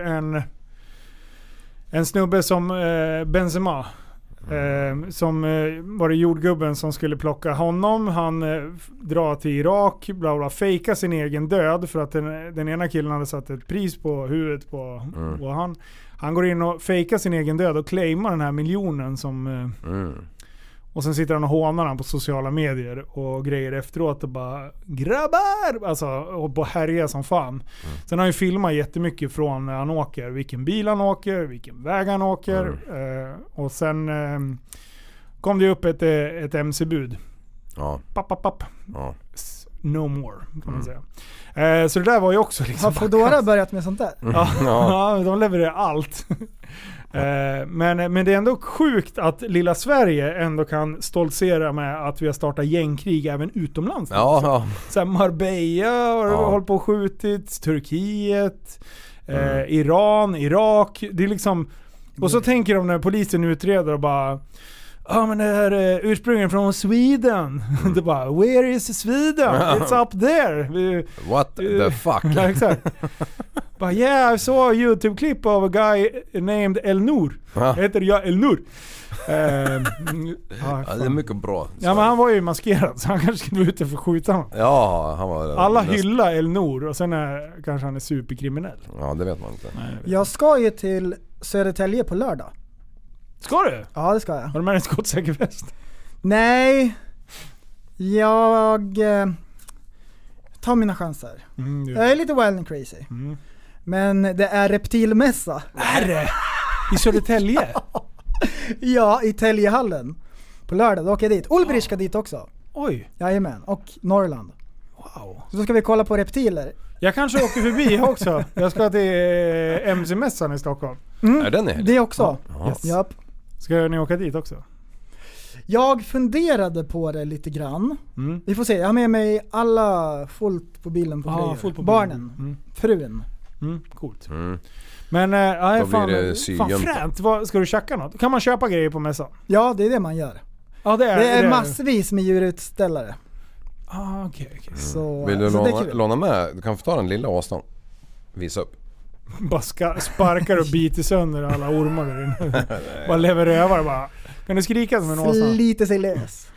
en snubbe som Benzema som var det jordgubben som skulle plocka honom. Han drar till Irak, bla bla, fejkar sin egen död för att den ena killen hade satt ett pris på huvudet på och han går in och fejkar sin egen död och claimar den här miljonen som och sen sitter han och hånar han på sociala medier och grejer efteråt och bara grabbar, alltså och på härja som fan. Sen har han ju filmat jättemycket från när han åker, vilken bil han åker, vilken väg han åker och sen kom det upp ett MC-bud. Ja. Papp. Ja. No more kan man säga. Så det där var ju också liksom... Har Foodora börjat med sånt där? Ja, de levererar allt. Men det är ändå sjukt att lilla Sverige ändå kan stoltsera med att vi har startat gängkrig även utomlands. Ja. Så här Marbella har hållit på och skjutit, Turkiet, Iran, Irak. Det är liksom... Och så tänker de när polisen utreder och bara... men det här är ursprungligen från Sweden. Det bara, where is Sweden? It's up there. What the fuck? Ja, exakt. Bara, yeah, I saw a YouTube-clip of a guy named Elnur. Heter jag Elnur? Det är mycket bra. Ja, men han var ju maskerad så han kanske skulle vara ute för att skjuta honom. Ja, han var... Alla hyllar Elnur och sen kanske han är superkriminell. Ja, det vet man inte. Jag ska ju till Södertälje på lördag. Ska du? Ja, det ska jag. Har du med en skottsäker väst? Nej. Jag tar mina chanser. Jag är lite wild and crazy. Men det är reptilmässa. Är det? I Södertälje? Ja, i Täljehallen. På lördag, då åker jag dit. Ulbrich ska dit också. Oj. Jajamän, och Norrland. Wow. Så då ska vi kolla på reptiler. Jag kanske åker förbi också. Jag ska till MC-mässan i Stockholm. Är den här? Det också. Ja. Yes. Japp. Ska ni åka dit också? Jag funderade på det lite grann. Vi får se, jag har med mig alla fullt på bilen på barnen, frun. Coolt. Men fan fränt. Ska du checka något? Kan man köpa grejer på mässan? Ja, det är det man gör. Ja, det är massvis med djurutställare. Okej. Vill du låna med? Du kan få ta den lilla åsnan. Visa upp. Bara sparkar och biter sönder alla ormar där inne. Bara lever över bara. Kan du skrika som en åsna? Lite sig lös.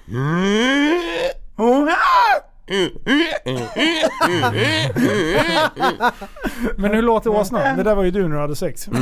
Men hur låter åsnan? Det där var ju du när du hade sex. Oh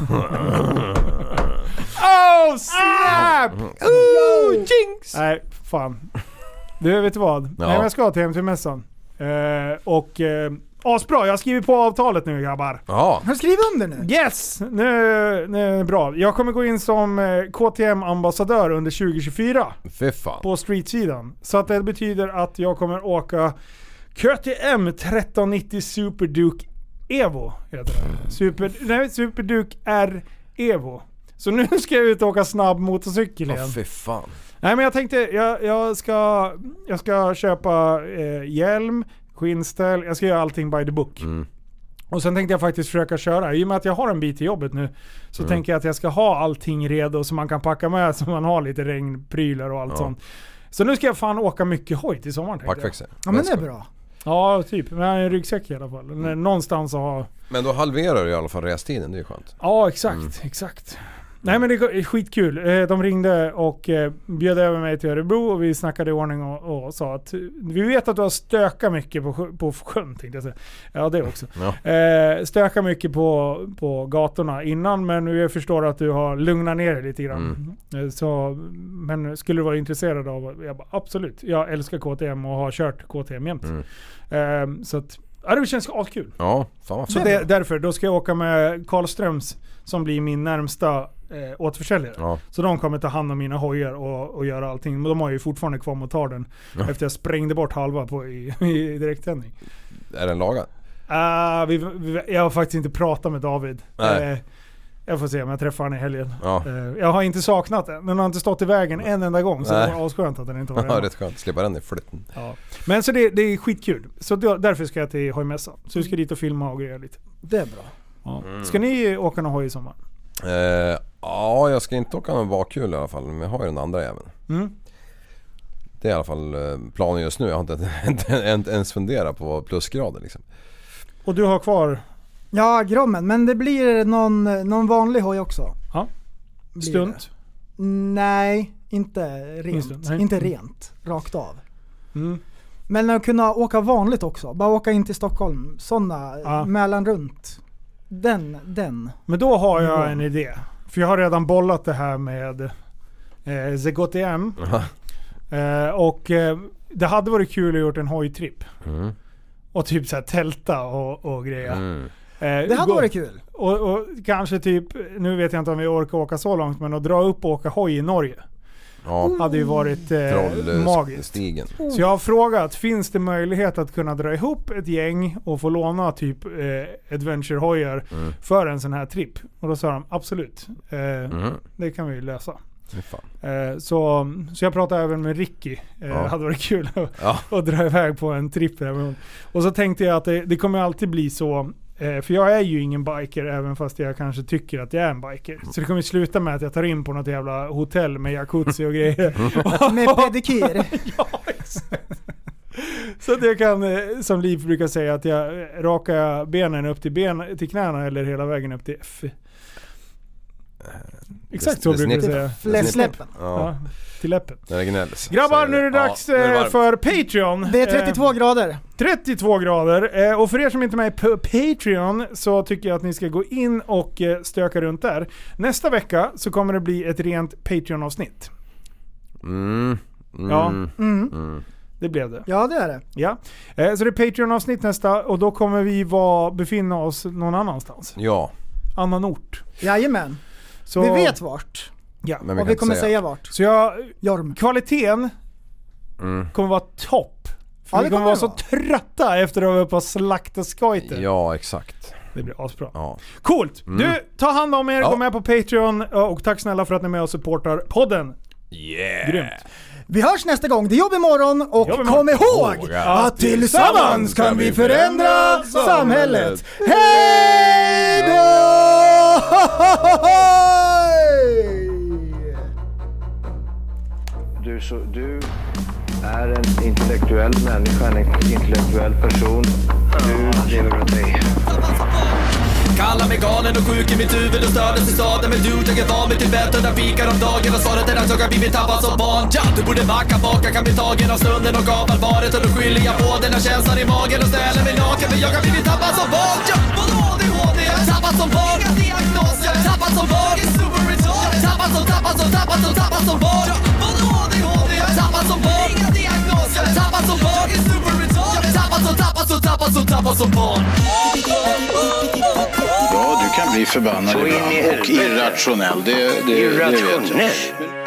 snap! Oh jinx! Nej, fan. Du vet vad? Nej, jag ska till MC-mässan. Asbra, jag har skrivit på avtalet nu grabbar. Ja. Har du skrivit under nu? Yes! Nu är det bra. Jag kommer gå in som KTM-ambassadör under 2024 Fy fan. på streetsidan. Så att det betyder att jag kommer åka KTM 1390 Super Duke Evo heter det. Super Duke R Evo. Så nu ska jag ut och åka snabb motorcykel igen. Fy fan. Nej men jag tänkte jag ska köpa hjälm, skinnställ, jag ska göra allting by the book. Och sen tänkte jag faktiskt försöka köra. I och med att jag har en bit till jobbet nu så tänker jag att jag ska ha allting redo så man kan packa med så man har lite regnprylar och allt sånt. Så nu ska jag fan åka mycket hoj till sommaren. Packväxel. Ja men det är bra. Ja typ, men en ryggsäck i alla fall. Någonstans att ha. Men då halverar du i alla fall restiden, det är ju skönt. Ja exakt. Nej men det är skitkul. De ringde och bjöd över mig till Örebro och vi snackade i ordning och sa att vi vet att du har stökat mycket på sjön tänkte jag säga. Ja det också. Stökat mycket på gatorna innan men nu jag förstår att du har lugnat ner dig lite grann. Så, men skulle du vara intresserad av jag bara, absolut. Jag älskar KTM och har kört KTM jämt. Så att det känns kul. Ja, fan vad så därför, då ska jag åka med Karlströms som blir min närmsta återförsäljare. Ja. Så de kommer ta hand om mina hojar och göra allting. Men de har ju fortfarande kvar motorn efter jag sprängde bort halva i direkttändning. Är den lagad? Jag har faktiskt inte pratat med David. Jag får se om jag träffar han i helgen. Ja. Jag har inte saknat den. Den har inte stått i vägen en enda gång. Så det var asskönt att den inte var rätt skönt. Slippa den i flytten. Ja. Men så det är skitkul. Så därför ska jag till hojmässan. Så vi ska dit och filma och greja lite. Det är bra. Ja. Ska ni åka någon hoj i sommar? Ja, jag ska inte åka någon bakhjul i alla fall. Men jag har ju den andra jäveln. Det är i alla fall planen just nu. Jag har inte ens funderat på plusgrader liksom. Och du har kvar? Ja, Grommen. Men det blir någon vanlig hoj också. Ja. Stunt? Nej, inte rent. Inte rent. Rakt av. Men att kunna åka vanligt också. Bara åka in till Stockholm. Sådana mellan runt. Den. Men då har jag en idé. För jag har redan bollat det här med ZKTM. Och det hade varit kul att gjort en hojtripp. Och typ så här tälta och grejer. Det hade varit kul. Och kanske typ, nu vet jag inte om vi orkar åka så långt, men att dra upp och åka hoj i Norge. Ja. Hade ju varit magiskt. Stigen. Så jag har frågat, finns det möjlighet att kunna dra ihop ett gäng och få låna typ adventure-hojar för en sån här tripp? Och då sa de, absolut. Det kan vi lösa. Så jag pratade även med Ricky. Hade varit kul att dra iväg på en tripp. Och så tänkte jag att det kommer alltid bli så. För jag är ju ingen biker även fast jag kanske tycker att jag är en biker. Så det kommer sluta med att jag tar in på något jävla hotell med jacuzzi och grejer. Med pedikyr. Ja, exakt. Så att jag kan, som Liv brukar säga, att jag rakar benen upp till knäna eller hela vägen upp till F. Exakt så brukar jag säga. Fläsläppen. Ja, till läppen. Grabbar, nu är det dags för Patreon. Det är 32 grader. 32 grader. Och för er som inte är med på Patreon så tycker jag att ni ska gå in och stöka runt där. Nästa vecka så kommer det bli ett rent Patreon-avsnitt. Det blev det. Ja, det är det. Ja. Så det är Patreon-avsnitt nästa och då kommer vi befinna oss någon annanstans. Ja. Annan ort. Jajamän. Så, vi vet vart. Ja. Men och vi kommer säga vart. Så kvaliteten kommer vara topp. För vi kommer vara så trötta efter att vara uppe och slakta skojter. Ja, exakt. Det blir asbra. Ja. Coolt! Du, ta hand om er, gå med på Patreon och tack snälla för att ni är med och supportar podden. Yeah! Grymt. Vi hörs nästa gång. Det är jobb imorgon och kom ihåg att tillsammans kan vi förändra samhället. Hej då! Du är en intellektuell människa, en intellektuell person. Du lever av dig. Kallar mig galen och sjuk i mitt huvud och stördes i staden. Men du, jag är van vid Tibet och där fikar om dagen. Och svaret är att jag har blivit tappad som barn. Ja, du borde backa bak, jag kan bli tagen av stunden och av allvaret. Och då skyller jag på den här känslan i magen och ställer mig naken. För jag har blivit tappad som barn. Ja, vadå ADHD? Jag är tappad som barn. Inga diagnoser. Jag är tappad som barn. Jag är super retarded. Tappad som barn. Ja, vadå ADHD? Jag är tappad som barn. Inga diagnoser. Jag är tappad som barn. Jag är super retarded. Tappad som tappar som barn. Ja, du kan bli förbannad och irrationell. Det vet jag.